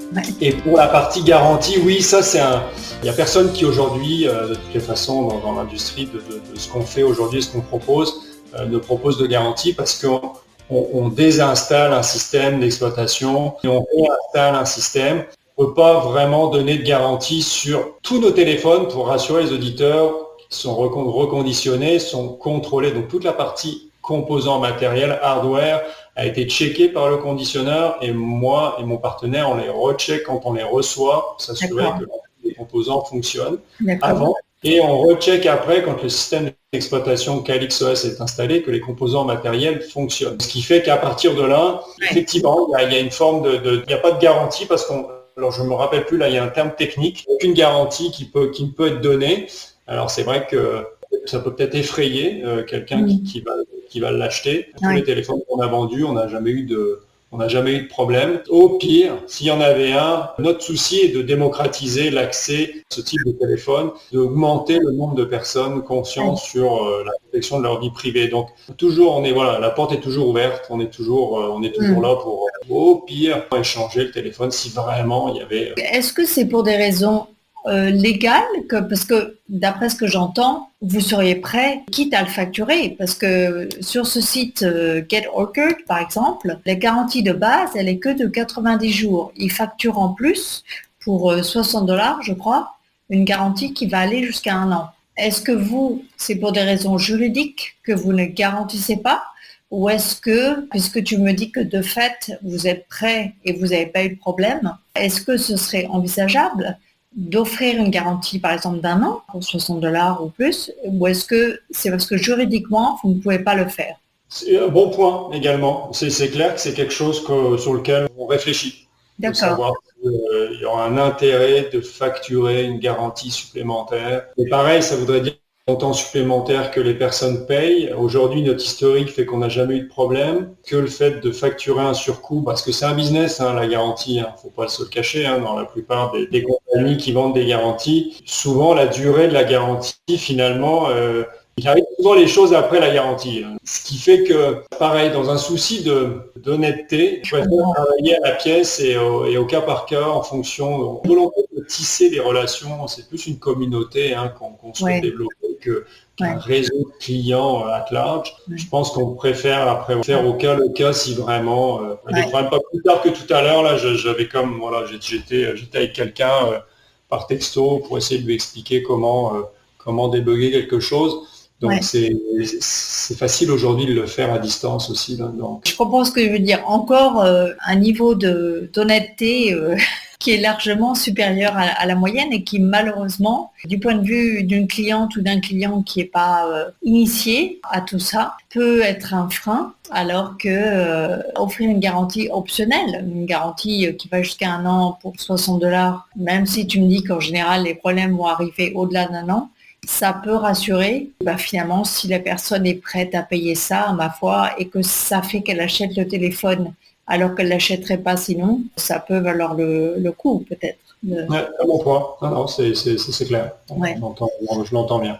Ouais. Et pour la partie garantie, oui, ça c'est un... Il n'y a personne qui aujourd'hui, euh, de toutes les façons, dans, dans l'industrie de, de, de ce qu'on fait aujourd'hui, ce qu'on propose, euh, ne propose de garantie parce qu'on on, on désinstalle un système d'exploitation et on réinstalle un système. On ne peut pas vraiment donner de garantie sur tous nos téléphones pour rassurer les auditeurs qui sont reconditionnés, sont contrôlés. Donc toute la partie composants matériels, hardware, a été checké par le conditionneur et moi et mon partenaire, on les recheck quand on les reçoit pour s'assurer D'accord. que les composants fonctionnent D'accord. avant. Et on recheck après quand le système d'exploitation CalixOS est installé que les composants matériels fonctionnent. Ce qui fait qu'à partir de là, ouais. effectivement, il y, il y a une forme de... de il n'y a pas de garantie parce qu'on... Alors je ne me rappelle plus, là il y a un terme technique. Aucune garantie qui peut, qui ne peut être donnée. Alors c'est vrai que ça peut peut-être effrayer euh, quelqu'un mmh. qui, qui va... qui va l'acheter. Tous oui. les téléphones qu'on a vendus, on n'a jamais eu de, on n'a jamais eu de problème. Au pire, s'il y en avait un, notre souci est de démocratiser l'accès à ce type de téléphone, d'augmenter le nombre de personnes conscientes oui. sur euh, la protection de leur vie privée. Donc toujours, on est voilà, la porte est toujours ouverte, on est toujours, euh, on est toujours mmh. là pour, euh, au pire, échanger le téléphone si vraiment il y avait. Euh... Est-ce que c'est pour des raisons Euh, légal, que, parce que d'après ce que j'entends, vous seriez prêt, quitte à le facturer, parce que sur ce site euh, GetOrchard, par exemple, la garantie de base, elle est que de quatre-vingt-dix jours. Ils facturent en plus pour euh, soixante dollars, je crois, une garantie qui va aller jusqu'à un an. Est-ce que vous, c'est pour des raisons juridiques que vous ne garantissez pas, ou est-ce que, puisque tu me dis que de fait, vous êtes prêt et vous n'avez pas eu de problème, est-ce que ce serait envisageable d'offrir une garantie, par exemple, d'un an, pour soixante dollars ou plus, ou est-ce que c'est parce que juridiquement, vous ne pouvez pas le faire? C'est un bon point également. C'est, c'est clair que c'est quelque chose que, sur lequel on réfléchit. D'accord. Savoir qu'il euh, y aura un intérêt de facturer une garantie supplémentaire. Et pareil, ça voudrait dire un montant supplémentaire que les personnes payent. Aujourd'hui, notre historique fait qu'on n'a jamais eu de problème. Que le fait de facturer un surcoût, parce que c'est un business, hein, la garantie, il hein, ne faut pas se le cacher, hein, dans la plupart des, des compagnies qui vendent des garanties, souvent la durée de la garantie, finalement, euh, il arrive souvent les choses après la garantie. Hein. Ce qui fait que, pareil, dans un souci de, d'honnêteté, je préfère travailler à la pièce et au, et au cas par cas en fonction, de volonté de tisser les relations. C'est plus une communauté hein, qu'on, qu'on souhaite ouais. développer que, qu'un ouais. réseau de clients at large. Ouais. Je pense qu'on préfère après faire au cas le cas si vraiment euh, ouais. des problèmes. Pas plus tard que tout à l'heure, là, j'avais comme voilà, j'étais, j'étais avec quelqu'un euh, par texto pour essayer de lui expliquer comment, euh, comment débugger quelque chose. Donc ouais. c'est, c'est facile aujourd'hui de le faire à distance aussi. Là, donc. Je comprends ce que je veux dire. Encore euh, un niveau de, d'honnêteté euh, qui est largement supérieur à, à la moyenne et qui malheureusement, du point de vue d'une cliente ou d'un client qui n'est pas euh, initié à tout ça, peut être un frein, alors que euh, offrir une garantie optionnelle, une garantie euh, qui va jusqu'à un an pour soixante dollars, même si tu me dis qu'en général les problèmes vont arriver au-delà d'un an, ça peut rassurer, bah finalement, si la personne est prête à payer ça, à ma foi, et que ça fait qu'elle achète le téléphone alors qu'elle ne l'achèterait pas sinon, ça peut valoir le, le coup, peut-être. De... Ouais, à mon point. Non, non, c'est, c'est, c'est clair. Ouais. On entend, je l'entends bien.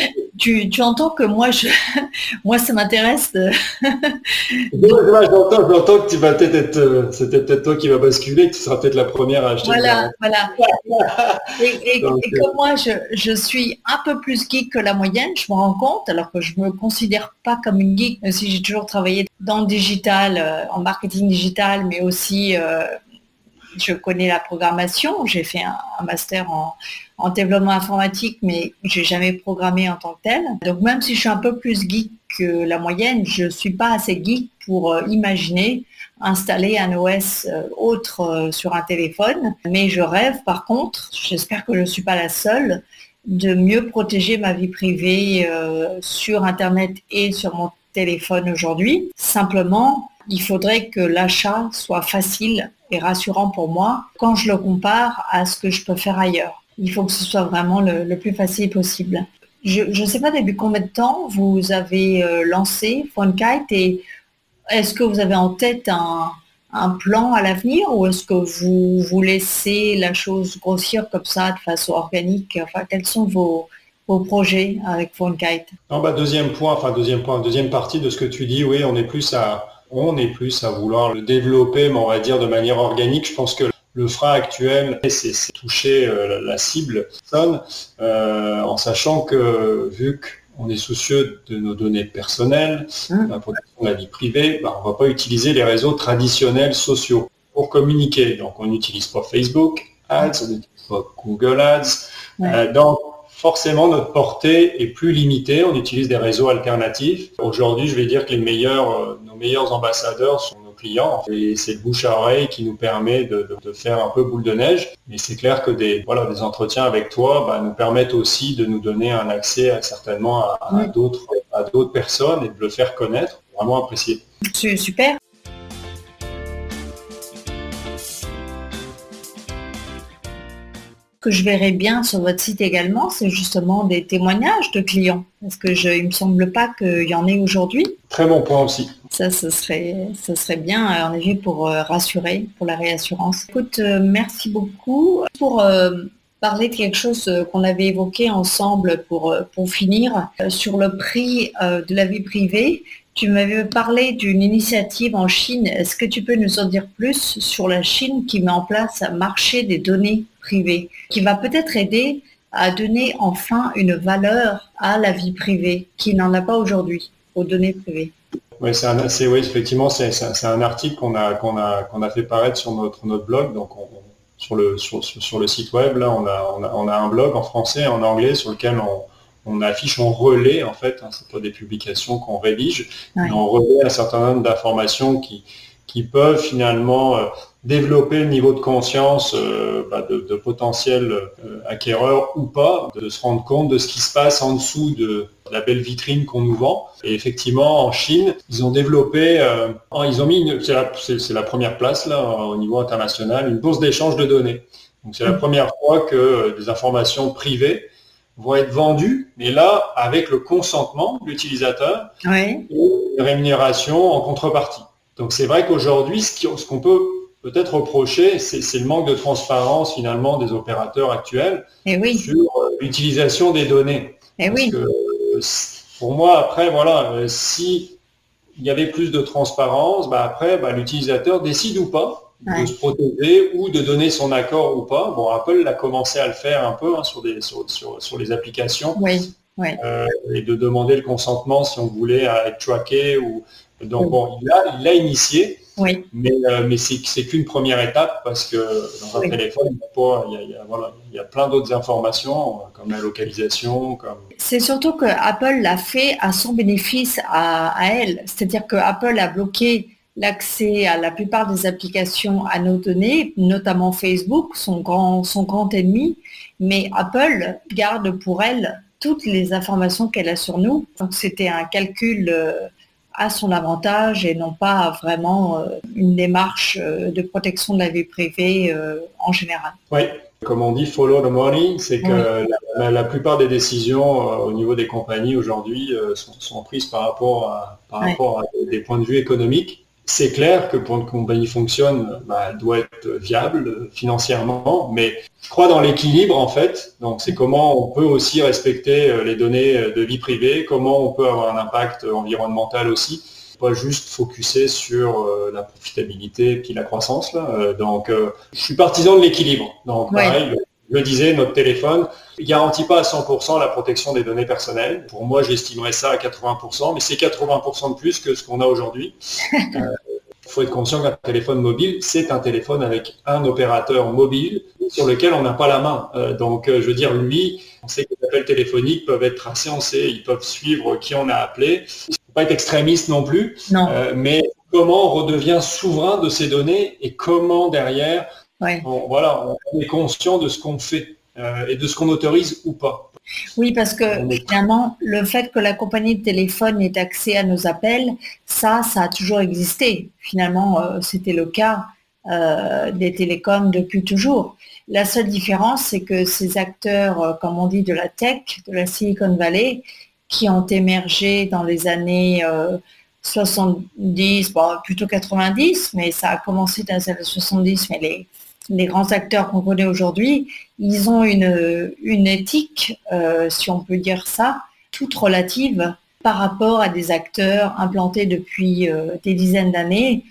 Tu, tu entends que moi, je, moi ça m'intéresse de... Moi, j'entends, j'entends que tu vas peut-être être, c'est peut-être toi qui vas basculer, que tu seras peut-être la première à acheter. Voilà, voilà. Et, et, Donc, et comme moi, je, je suis un peu plus geek que la moyenne, je me rends compte, alors que je ne me considère pas comme une geek, même si j'ai toujours travaillé dans le digital, euh, en marketing digital, mais aussi... Euh, je connais la programmation, j'ai fait un, un master en, en développement informatique, mais je n'ai jamais programmé en tant que tel. Donc même si je suis un peu plus geek que la moyenne, je ne suis pas assez geek pour euh, imaginer installer un O S euh, autre euh, sur un téléphone. Mais je rêve par contre, j'espère que je ne suis pas la seule, de mieux protéger ma vie privée euh, sur Internet et sur mon téléphone aujourd'hui. Simplement, il faudrait que l'achat soit facile et rassurant pour moi quand je le compare à ce que je peux faire ailleurs. Il faut que ce soit vraiment le, le plus facile possible. Je ne sais pas depuis combien de temps vous avez euh, lancé PhoneKite et est-ce que vous avez en tête un, un plan à l'avenir ou est-ce que vous vous laissez la chose grossir comme ça de façon organique? Enfin, quels sont vos, vos projets avec PhoneKite? Non, bah, deuxième point, enfin deuxième point, deuxième partie de ce que tu dis, oui, on est plus à... On est plus à vouloir le développer, mais on va dire de manière organique. Je pense que le frein actuel, c'est, c'est toucher euh, la cible, euh, en sachant que vu qu'on est soucieux de nos données personnelles, mmh. la protection de la vie privée, bah, on ne va pas utiliser les réseaux traditionnels sociaux pour communiquer. Donc on n'utilise pas Facebook Ads, on n'utilise pas Google Ads. Ouais. Euh, donc forcément, notre portée est plus limitée. On utilise des réseaux alternatifs. Aujourd'hui, je vais dire que les meilleurs, euh, nos meilleurs ambassadeurs sont nos clients. Et c'est le bouche à oreille qui nous permet de, de, de faire un peu boule de neige. Mais c'est clair que des, voilà, des entretiens avec toi bah, nous permettent aussi de nous donner un accès à, certainement à, à, oui. d'autres, à d'autres personnes et de le faire connaître. Vraiment apprécié. C'est super. Que je verrais bien sur votre site également, c'est justement des témoignages de clients. Parce que je, il ne me semble pas qu'il y en ait aujourd'hui. Très bon point aussi. Ça, ce serait, ce serait bien, en effet, pour euh, rassurer, pour la réassurance. Écoute, euh, merci beaucoup. Pour euh, parler de quelque chose euh, qu'on avait évoqué ensemble pour, euh, pour finir, euh, sur le prix euh, de la vie privée, tu m'avais parlé d'une initiative en Chine. Est-ce que tu peux nous en dire plus sur la Chine qui met en place un marché des données privées, qui va peut-être aider à donner enfin une valeur à la vie privée, qui n'en a pas aujourd'hui, aux données privées? Oui, c'est, un, c'est oui, effectivement, c'est, c'est, c'est un article qu'on a, qu'on a, qu'on a fait paraître sur notre, notre blog. Donc, on, sur, le, sur, sur le site web, là, on a, on, a, on a un blog en français et en anglais sur lequel on On affiche, on relaie en fait, hein, c'est pas des publications qu'on rédige, ouais. mais on relaie un certain nombre d'informations qui, qui peuvent finalement euh, développer le niveau de conscience euh, bah, de, de potentiels euh, acquéreurs ou pas, de se rendre compte de ce qui se passe en dessous de la belle vitrine qu'on nous vend. Et effectivement, en Chine, ils ont développé, euh, ils ont mis, une, c'est, la, c'est, c'est la première place là au niveau international, une bourse d'échange de données. Donc c'est la première fois que euh, des informations privées vont être vendus, mais là, avec le consentement de l'utilisateur oui. et une rémunération en contrepartie. Donc c'est vrai qu'aujourd'hui, ce, qui, ce qu'on peut peut-être reprocher, c'est, c'est le manque de transparence finalement des opérateurs actuels et oui. sur euh, l'utilisation des données. Et Parce oui. que euh, pour moi, après, voilà, euh, si il y avait plus de transparence, bah après, bah, l'utilisateur décide ou pas de ouais. se protéger ou de donner son accord ou pas. Bon, Apple a commencé à le faire un peu hein, sur, des, sur, sur, sur les applications oui. Oui. Euh, et de demander le consentement si on voulait être traqué. Ou... Donc oui. bon, il l'a il a initié, oui. mais, euh, mais c'est, c'est qu'une première étape parce que dans un oui. téléphone, il y, a pas, il, y a, il, y a, voilà, il y a plein d'autres informations comme la localisation. Comme... C'est surtout que Apple l'a fait à son bénéfice à, à elle. C'est-à-dire que Apple a bloqué l'accès à la plupart des applications à nos données, notamment Facebook, son grand, son grand ennemi, mais Apple garde pour elle toutes les informations qu'elle a sur nous. Donc c'était un calcul à son avantage et non pas vraiment une démarche de protection de la vie privée en général. Oui, comme on dit, follow the money, c'est que oui. la, la plupart des décisions au niveau des compagnies aujourd'hui sont, sont prises par rapport à, par oui. rapport à des points de vue économiques. C'est clair que pour une compagnie fonctionne, bah, elle doit être viable financièrement, mais je crois dans l'équilibre en fait. Donc c'est comment on peut aussi respecter les données de vie privée, comment on peut avoir un impact environnemental aussi, pas juste focuser sur euh, la profitabilité puis la croissance là. Euh, donc euh, je suis partisan de l'équilibre. Donc ouais. pareil, je le disais, notre téléphone ne garantit pas à cent pour cent la protection des données personnelles. Pour moi, j'estimerais ça à quatre-vingts pour cent, mais c'est quatre-vingts pour cent de plus que ce qu'on a aujourd'hui. Il euh, faut être conscient qu'un téléphone mobile, c'est un téléphone avec un opérateur mobile sur lequel on n'a pas la main. Euh, donc, euh, je veux dire, lui, on sait que les appels téléphoniques peuvent être tracés, on sait, ils peuvent suivre qui on a appelé. Il ne faut pas être extrémiste non plus, non. Euh, mais comment on redevient souverain de ces données et comment derrière, ouais. on, voilà, on est conscient de ce qu'on fait euh, et de ce qu'on autorise ou pas. Oui, parce que finalement, le fait que la compagnie de téléphone ait accès à nos appels, ça, ça a toujours existé. Finalement, euh, c'était le cas euh, des télécoms depuis toujours. La seule différence, c'est que ces acteurs, euh, comme on dit, de la tech, de la Silicon Valley, qui ont émergé dans les années euh, soixante-dix, bon, plutôt quatre-vingt-dix, mais ça a commencé dans les années soixante-dix, mais les les grands acteurs qu'on connaît aujourd'hui, ils ont une, une éthique, euh, si on peut dire ça, toute relative par rapport à des acteurs implantés depuis euh, des dizaines d'années,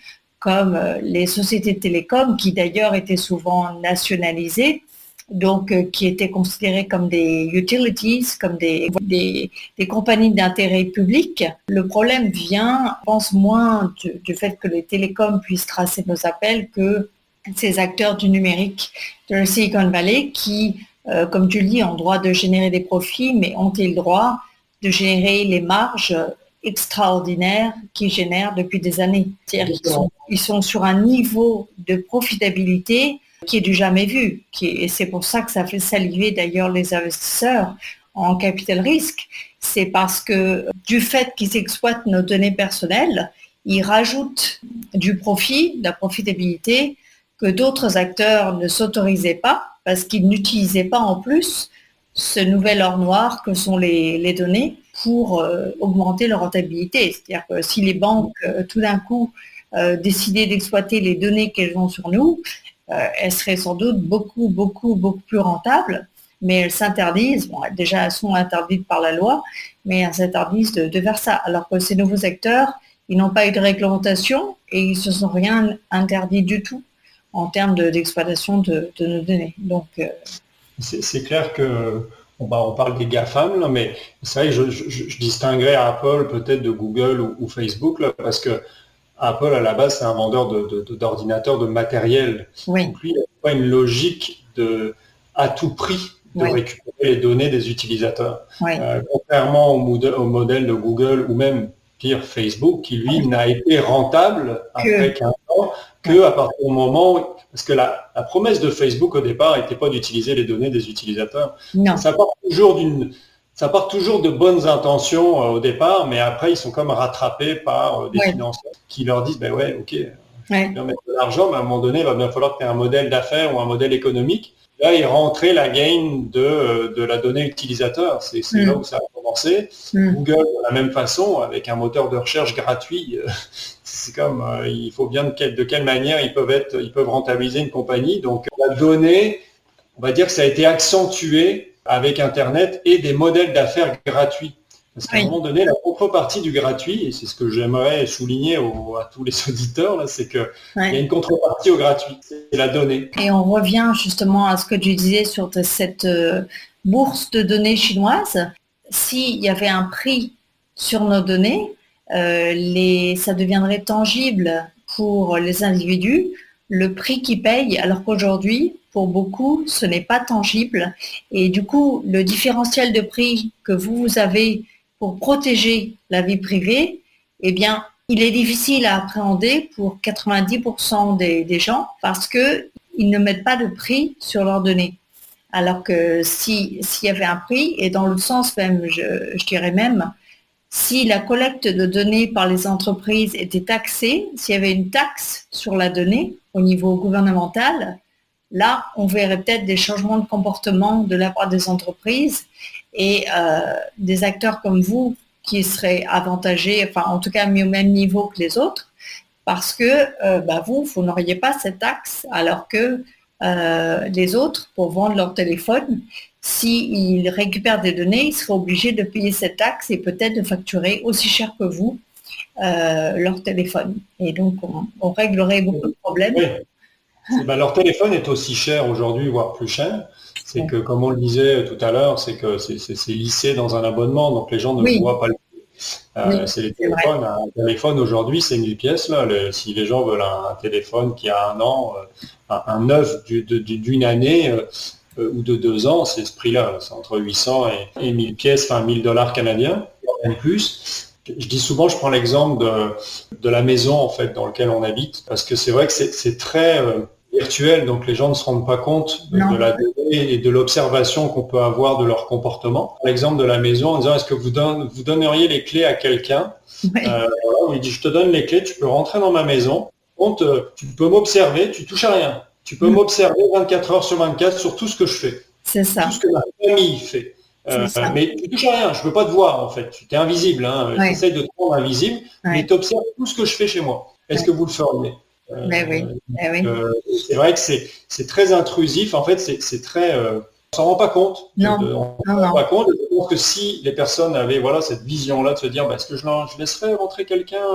comme euh, les sociétés de télécom, qui d'ailleurs étaient souvent nationalisées, donc euh, qui étaient considérées comme des utilities, comme des, des, des compagnies d'intérêt public. Le problème vient, je pense, moins du, du fait que les télécoms puissent tracer nos appels que ces acteurs du numérique de la Silicon Valley qui, euh, comme tu le dis, ont le droit de générer des profits, mais ont-ils le droit de générer les marges extraordinaires qu'ils génèrent depuis des années. C'est-à-dire qu'ils sont, ils sont sur un niveau de profitabilité qui est du jamais vu. Qui est, et c'est pour ça que ça fait saliver d'ailleurs les investisseurs en capital risque. C'est parce que du fait qu'ils exploitent nos données personnelles, ils rajoutent du profit, de la profitabilité que d'autres acteurs ne s'autorisaient pas parce qu'ils n'utilisaient pas en plus ce nouvel or noir que sont les, les données pour euh, augmenter leur rentabilité. C'est-à-dire que si les banques, euh, tout d'un coup, euh, décidaient d'exploiter les données qu'elles ont sur nous, euh, elles seraient sans doute beaucoup, beaucoup, beaucoup plus rentables, mais elles s'interdisent, bon, déjà elles sont interdites par la loi, mais elles s'interdisent de, de faire ça. Alors que ces nouveaux acteurs, ils n'ont pas eu de réglementation et ils ne se sont rien interdit du tout en termes de, d'exploitation de, de nos données. Donc, euh, c'est, c'est clair que on, bah, on parle des GAFAM, là, mais c'est vrai que je, je, je distinguerais Apple peut-être de Google ou, ou Facebook, là, parce que Apple, à la base, c'est un vendeur de, de, de, d'ordinateurs, de matériel. Oui. Donc lui, il n'a pas une logique de, à tout prix de oui. récupérer les données des utilisateurs. Oui. Euh, contrairement au, modèle, au modèle de Google ou même pire Facebook, qui lui oui. n'a été rentable après quinze ans que à partir du moment, parce que la, la promesse de Facebook au départ n'était pas d'utiliser les données des utilisateurs. Non. Ça part toujours d'une, ça part toujours de bonnes intentions euh, au départ, mais après ils sont comme rattrapés par euh, des oui. financiers qui leur disent, ben ouais, ok, oui. tu vas mettre de l'argent, mais à un moment donné, il va bien falloir que tu aies un modèle d'affaires ou un modèle économique. Là, il rentrait la gain de, de la donnée utilisateur. C'est, c'est mm. là où ça a commencé. Mm. Google, de la même façon, avec un moteur de recherche gratuit, c'est comme, euh, il faut bien de quelle, de quelle manière ils peuvent être, ils peuvent rentabiliser une compagnie. Donc, la donnée, on va dire que ça a été accentué avec Internet et des modèles d'affaires gratuits. Parce qu'à oui. un moment donné, la contrepartie du gratuit, et c'est ce que j'aimerais souligner au, à tous les auditeurs, là, c'est qu'il ouais. y a une contrepartie au gratuit, c'est la donnée. Et on revient justement à ce que tu disais sur cette euh, bourse de données chinoise. S'il y avait un prix sur nos données, euh, les, ça deviendrait tangible pour les individus, le prix qu'ils payent, alors qu'aujourd'hui, pour beaucoup, ce n'est pas tangible. Et du coup, le différentiel de prix que vous, vous avez pour protéger la vie privée, eh bien, il est difficile à appréhender pour quatre-vingt-dix pour cent des, des gens parce qu'ils ne mettent pas de prix sur leurs données. Alors que si, s'il y avait un prix, et dans l'autre sens même, je, je dirais même, si la collecte de données par les entreprises était taxée, s'il y avait une taxe sur la donnée au niveau gouvernemental, là, on verrait peut-être des changements de comportement de la part des entreprises et euh, des acteurs comme vous qui seraient avantagés, enfin en tout cas mis au même niveau que les autres, parce que euh, bah, vous, vous n'auriez pas cette taxe, alors que euh, les autres, pour vendre leur téléphone, s'ils récupèrent des données, ils seraient obligés de payer cette taxe et peut-être de facturer aussi cher que vous euh, leur téléphone. Et donc, on, on réglerait beaucoup de problèmes. Oui. C'est, ben, leur téléphone est aussi cher aujourd'hui, voire plus cher. C'est oui. que, comme on le disait tout à l'heure, c'est que c'est, c'est, c'est lissé dans un abonnement, donc les gens ne oui. voient pas le prix. Euh, oui, c'est les téléphones. C'est un téléphone aujourd'hui, c'est mille pièces. Là. Le, si les gens veulent un, un téléphone qui a un an, euh, un, un neuf du, de, d'une année euh, euh, ou de deux ans, c'est ce prix-là. C'est entre huit cents et, et mille pièces, enfin mille dollars canadiens, même plus. Je dis souvent, je prends l'exemple de, de la maison en fait dans laquelle on habite, parce que c'est vrai que c'est, c'est très euh, virtuel, donc les gens ne se rendent pas compte de, de la donnée et de l'observation qu'on peut avoir de leur comportement. L'exemple de la maison, en disant est-ce que vous, donne, vous donneriez les clés à quelqu'un oui. euh, voilà, on lui dit je te donne les clés, tu peux rentrer dans ma maison, compte, tu peux m'observer, tu touches à rien, tu peux mmh. m'observer vingt-quatre heures sur vingt-quatre sur tout ce que je fais, c'est ça. Tout ce que ma famille fait. Euh, mais tu touches à rien, je ne peux pas te voir en fait, tu es invisible, hein. Oui. J'essaie de te rendre invisible, oui. mais tu observes tout ce que je fais chez moi. Est-ce oui. que vous le feriez? euh, mais oui. Mais oui. Euh, c'est vrai que c'est, c'est très intrusif, en fait c'est, c'est très... Euh, on s'en rend pas compte. Non. De, on non, s'en rend non. pas compte. Je pense que si les personnes avaient voilà, cette vision-là de se dire bah, est-ce que je, je laisserais rentrer quelqu'un euh,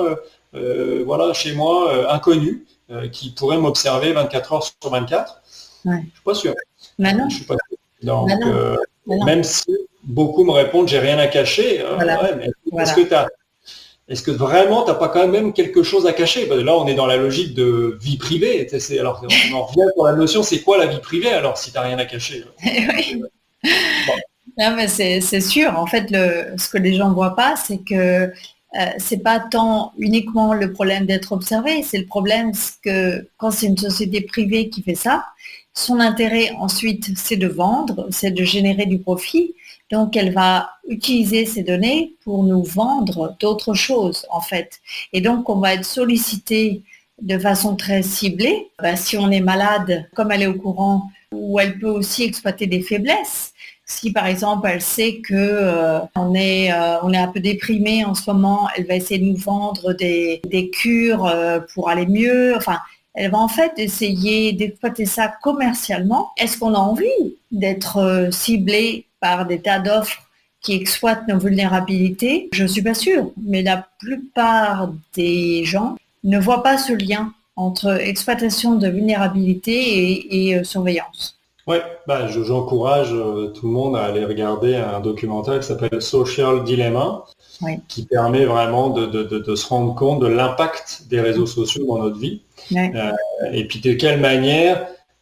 euh, voilà, chez moi, euh, inconnu, euh, qui pourrait m'observer vingt-quatre heures sur vingt-quatre. Ouais. Je suis pas sûr. Bah non. Je suis pas sûr. Donc, bah non. Euh, bah non. même si beaucoup me répondent, j'ai rien à cacher. Hein, Voilà. ouais, mais Voilà. est-ce que t'as, est-ce que vraiment tu n'as pas quand même quelque chose à cacher? Parce que là, on est dans la logique de vie privée. C'est, alors, on en revient pour la notion, c'est quoi la vie privée alors si tu n'as rien à cacher? Oui. Bon. Non, mais c'est, c'est sûr. En fait, le, ce que les gens ne voient pas, c'est que euh, c'est pas tant uniquement le problème d'être observé, c'est le problème que quand c'est une société privée qui fait ça, son intérêt ensuite, c'est de vendre, c'est de générer du profit. Donc, elle va utiliser ces données pour nous vendre d'autres choses, en fait. Et donc, on va être sollicité de façon très ciblée. Ben, si on est malade, comme elle est au courant, ou elle peut aussi exploiter des faiblesses. Si, par exemple, elle sait que euh, on est, euh, on est un peu déprimé en ce moment, elle va essayer de nous vendre des, des cures euh, pour aller mieux. Enfin, elle va en fait essayer d'exploiter ça commercialement. Est-ce qu'on a envie d'être euh, ciblé par des tas d'offres qui exploitent nos vulnérabilités? Je ne suis pas sûre, mais la plupart des gens ne voient pas ce lien entre exploitation de vulnérabilité et, et euh, surveillance. Oui, bah, je, j'encourage euh, tout le monde à aller regarder un documentaire qui s'appelle Social Dilemma, oui. qui permet vraiment de, de, de, de se rendre compte de l'impact des réseaux sociaux dans notre vie. Oui. Euh, et puis de quelle manière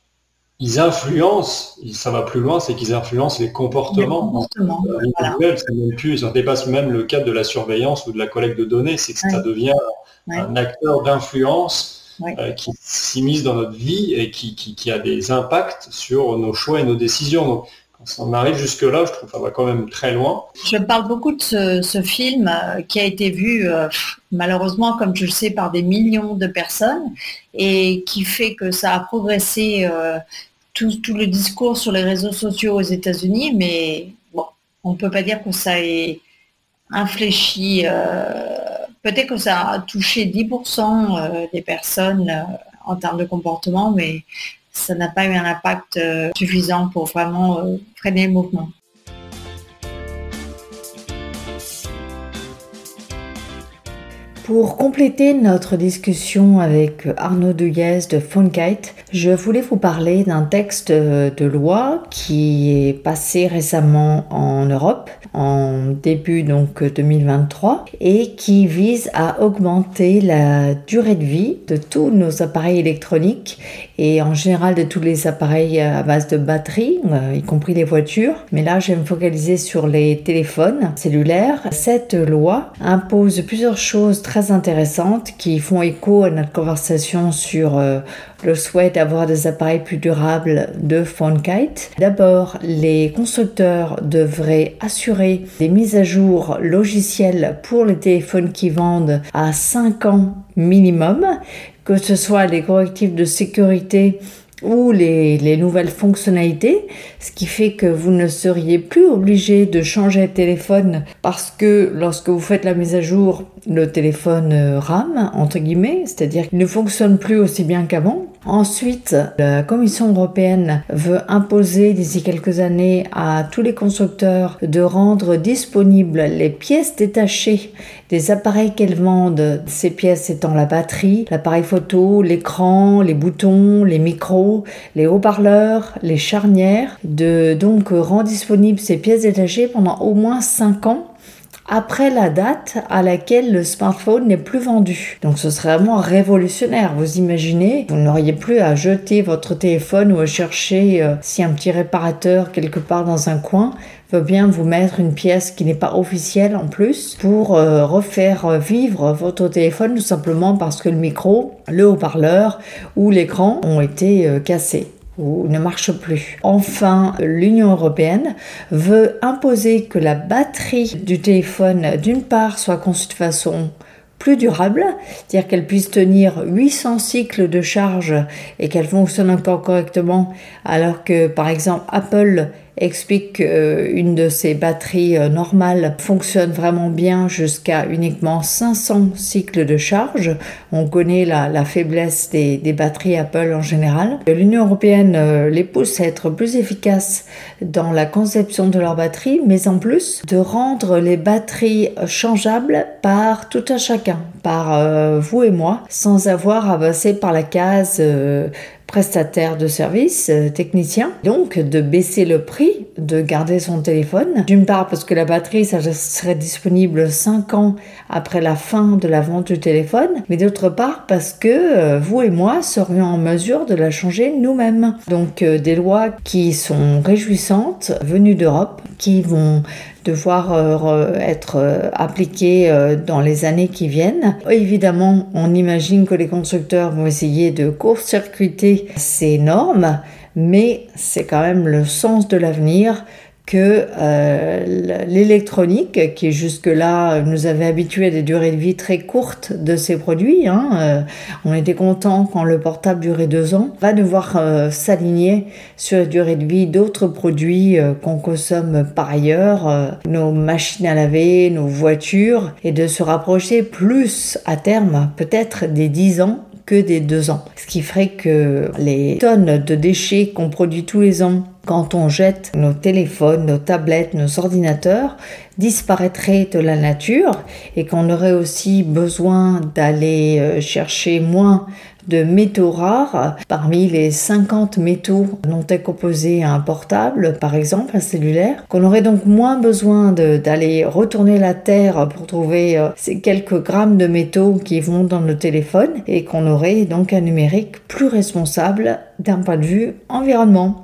ils influencent, ça va plus loin, c'est qu'ils influencent les comportements, les comportements individuels, voilà. C'est même plus, ça dépasse même le cadre de la surveillance ou de la collecte de données, c'est que oui. ça devient oui. un acteur d'influence oui. euh, qui s'immisce dans notre vie et qui, qui, qui a des impacts sur nos choix et nos décisions. Donc, quand on arrive jusque-là, je trouve que ça va quand même très loin. Je parle beaucoup de ce, ce film euh, qui a été vu euh, malheureusement, comme je le sais, par des millions de personnes et qui fait que ça a progressé euh, tout, tout le discours sur les réseaux sociaux aux États-Unis, mais bon, on ne peut pas dire que ça ait infléchi. Euh, peut-être que ça a touché dix pour cent des personnes euh, en termes de comportement, mais ça n'a pas eu un impact euh, suffisant pour vraiment euh, freiner le mouvement. Pour compléter notre discussion avec Arnaud Douillès de PhoneKite, je voulais vous parler d'un texte de loi qui est passé récemment en Europe, en début donc deux mille vingt-trois, et qui vise à augmenter la durée de vie de tous nos appareils électroniques et en général de tous les appareils à base de batterie, y compris les voitures. Mais là, je vais me focaliser sur les téléphones cellulaires. Cette loi impose plusieurs choses très très intéressantes qui font écho à notre conversation sur euh, le souhait d'avoir des appareils plus durables de PhoneKite. D'abord, les constructeurs devraient assurer des mises à jour logicielles pour les téléphones qui vendent à cinq ans minimum, que ce soit les correctifs de sécurité ou les, les nouvelles fonctionnalités, ce qui fait que vous ne seriez plus obligé de changer de téléphone parce que lorsque vous faites la mise à jour, le téléphone rame, entre guillemets, c'est-à-dire qu'il ne fonctionne plus aussi bien qu'avant. Ensuite, la Commission européenne veut imposer d'ici quelques années à tous les constructeurs de rendre disponibles les pièces détachées des appareils qu'elles vendent, ces pièces étant la batterie, l'appareil photo, l'écran, les boutons, les micros, les haut-parleurs, les charnières, de donc rendre disponibles ces pièces détachées pendant au moins cinq ans après la date à laquelle le smartphone n'est plus vendu. Donc ce serait vraiment révolutionnaire. Vous imaginez, vous n'auriez plus à jeter votre téléphone ou à chercher euh, si un petit réparateur quelque part dans un coin veut bien vous mettre une pièce qui n'est pas officielle en plus pour euh, refaire vivre votre téléphone tout simplement parce que le micro, le haut-parleur ou l'écran ont été euh, cassés ou ne marche plus. Enfin, l'Union européenne veut imposer que la batterie du téléphone, d'une part, soit conçue de façon plus durable, c'est-à-dire qu'elle puisse tenir huit cents cycles de charge et qu'elle fonctionne encore correctement, alors que, par exemple, Apple explique qu'une de ces batteries normales fonctionne vraiment bien jusqu'à uniquement cinq cents cycles de charge. On connaît la, la faiblesse des, des batteries Apple en général. L'Union européenne les pousse à être plus efficaces dans la conception de leurs batteries, mais en plus de rendre les batteries changeables par tout un chacun, par euh, vous et moi, sans avoir à passer par la case euh, prestataire de service, euh, technicien. Donc de baisser le prix, de garder son téléphone. D'une part parce que la batterie, ça serait disponible cinq ans après la fin de la vente du téléphone, mais d'autre part parce que euh, vous et moi serions en mesure de la changer nous-mêmes. Donc euh, des lois qui sont réjouissantes, venues d'Europe, qui vont devoir euh, être euh, appliquées euh, dans les années qui viennent. Évidemment, on imagine que les constructeurs vont essayer de court-circuiter ces normes, mais c'est quand même le sens de l'avenir que euh, l'électronique, qui jusque-là nous avait habitués à des durées de vie très courtes de ces produits, hein, euh, on était content quand le portable durait deux ans, va devoir euh, s'aligner sur la durée de vie d'autres produits euh, qu'on consomme par ailleurs, euh, nos machines à laver, nos voitures, et de se rapprocher plus à terme, peut-être des dix ans, que des deux ans. Ce qui ferait que les tonnes de déchets qu'on produit tous les ans quand on jette nos téléphones, nos tablettes, nos ordinateurs, disparaîtraient de la nature et qu'on aurait aussi besoin d'aller chercher moins de métaux rares parmi les cinquante métaux dont est composé un portable, par exemple un cellulaire, qu'on aurait donc moins besoin de, d'aller retourner la terre pour trouver euh, ces quelques grammes de métaux qui vont dans nos téléphones et qu'on aurait donc un numérique plus responsable d'un point de vue environnement.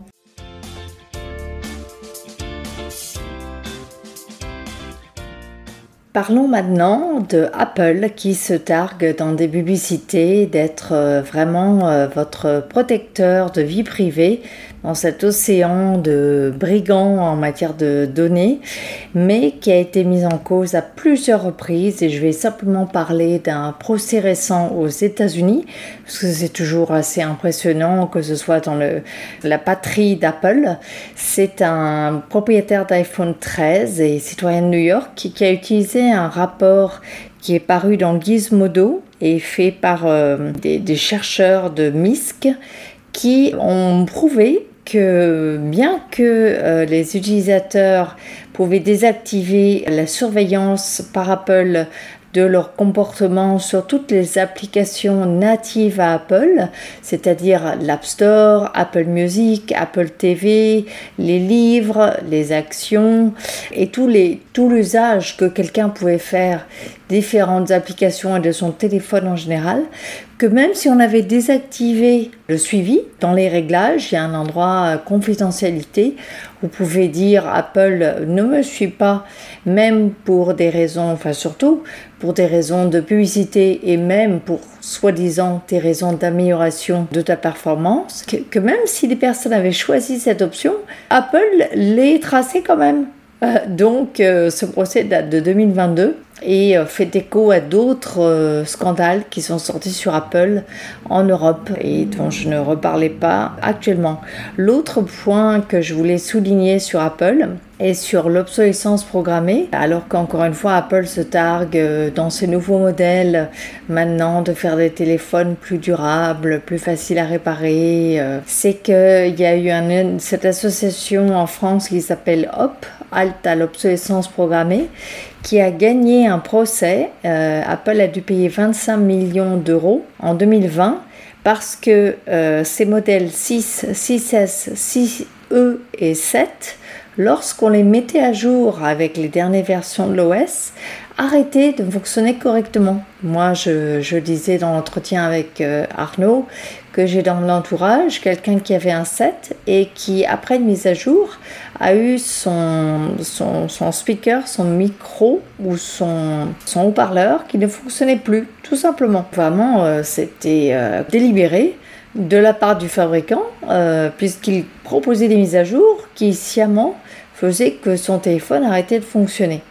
Parlons maintenant de Apple qui se targue dans des publicités d'être vraiment votre protecteur de vie privée dans cet océan de brigands en matière de données, mais qui a été mis en cause à plusieurs reprises. Et je vais simplement parler d'un procès récent aux États-Unis, parce que c'est toujours assez impressionnant que ce soit dans le, la patrie d'Apple. C'est un propriétaire d'iPhone treize et citoyen de New York qui, qui a utilisé un rapport qui est paru dans Gizmodo et fait par euh, des, des chercheurs de M I S C qui ont prouvé que bien que euh, les utilisateurs pouvaient désactiver la surveillance par Apple de leur comportement sur toutes les applications natives à Apple, c'est-à-dire l'App Store, Apple Music, Apple T V, les livres, les actions et tout, les, tout l'usage que quelqu'un pouvait faire différentes applications et de son téléphone en général, que même si on avait désactivé le suivi, dans les réglages, il y a un endroit confidentialité, vous pouvez dire Apple ne me suit pas, même pour des raisons, enfin surtout pour des raisons de publicité et même pour soi-disant des raisons d'amélioration de ta performance, que, que même si les personnes avaient choisi cette option, Apple les traçait quand même. Euh, donc euh, ce procès date de deux mille vingt-deux et euh, fait écho à d'autres euh, scandales qui sont sortis sur Apple en Europe et dont je ne reparlais pas actuellement. L'autre point que je voulais souligner sur Apple est sur l'obsolescence programmée, alors qu'encore une fois Apple se targue euh, dans ses nouveaux modèles maintenant de faire des téléphones plus durables, plus faciles à réparer. Euh, c'est qu'il y a eu un, cette association en France qui s'appelle H O P, Halte à l'obsolescence programmée, qui a gagné un procès. Euh, Apple a dû payer vingt-cinq millions d'euros en deux mille vingt parce que euh, ces modèles six, six S, six E et sept, lorsqu'on les mettait à jour avec les dernières versions de l'O S, arrêtaient de fonctionner correctement. Moi, je, je disais dans l'entretien avec euh, Arnaud que j'ai dans l'entourage quelqu'un qui avait un sept et qui, après une mise à jour, a eu son, son, son speaker, son micro ou son, son haut-parleur qui ne fonctionnait plus, tout simplement. Vraiment, euh, c'était euh, délibéré de la part du fabricant, euh, puisqu'il proposait des mises à jour qui sciemment faisaient que son téléphone arrêtait de fonctionner.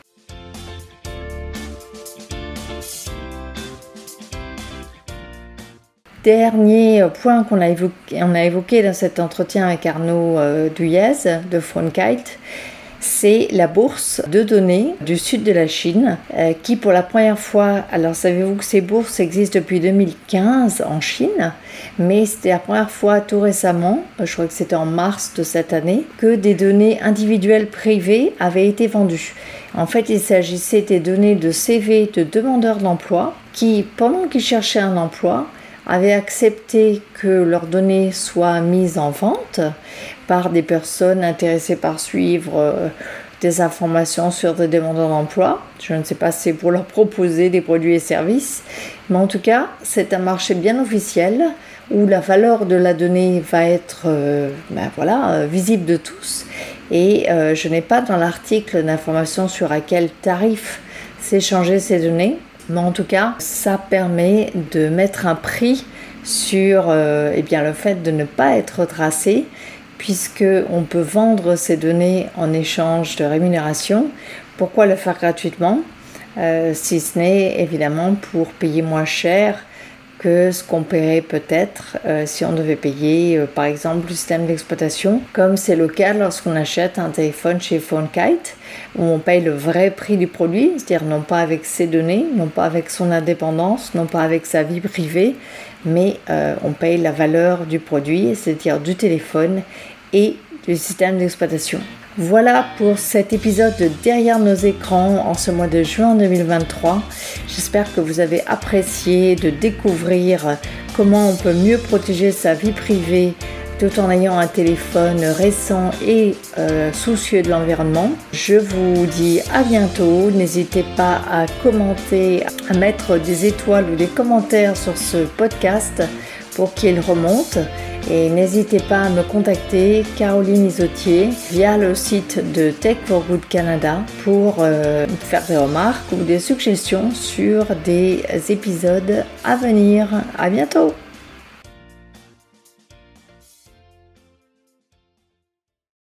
dernier point qu'on a évoqué, on a évoqué dans cet entretien avec Arnaud euh, Duyez de PhoneKite, c'est la bourse de données du sud de la Chine euh, qui pour la première fois, alors savez-vous que ces bourses existent depuis deux mille quinze en Chine, mais c'était la première fois tout récemment, je crois que c'était en mars de cette année, que des données individuelles privées avaient été vendues. En fait, il s'agissait des données de C V de demandeurs d'emploi qui, pendant qu'ils cherchaient un emploi, avaient accepté que leurs données soient mises en vente par des personnes intéressées par suivre euh, des informations sur des demandeurs d'emploi. Je ne sais pas si c'est pour leur proposer des produits et services, mais en tout cas, c'est un marché bien officiel où la valeur de la donnée va être euh, ben voilà, euh, visible de tous. Et euh, je n'ai pas dans l'article d'informations sur à quel tarif s'échanger ces données. Mais en tout cas, ça permet de mettre un prix sur euh, eh bien, le fait de ne pas être tracé, puisqu'on peut vendre ces données en échange de rémunération. Pourquoi le faire gratuitement euh, si ce n'est évidemment pour payer moins cher que ce qu'on paierait peut-être euh, si on devait payer euh, par exemple le système d'exploitation, comme c'est le cas lorsqu'on achète un téléphone chez PhoneKite, où on paye le vrai prix du produit, c'est-à-dire non pas avec ses données, non pas avec son indépendance, non pas avec sa vie privée, mais euh, on paye la valeur du produit, c'est-à-dire du téléphone et du système d'exploitation. Voilà pour cet épisode de Derrière nos écrans en ce mois de juin deux mille vingt-trois. J'espère que vous avez apprécié de découvrir comment on peut mieux protéger sa vie privée tout en ayant un téléphone récent et euh, soucieux de l'environnement. Je vous dis à bientôt. N'hésitez pas à commenter, à mettre des étoiles ou des commentaires sur ce podcast pour qu'il remonte. Et n'hésitez pas à me contacter, Caroline Isotier, via le site de Tech for Good Canada pour euh, faire des remarques ou des suggestions sur des épisodes à venir. À bientôt!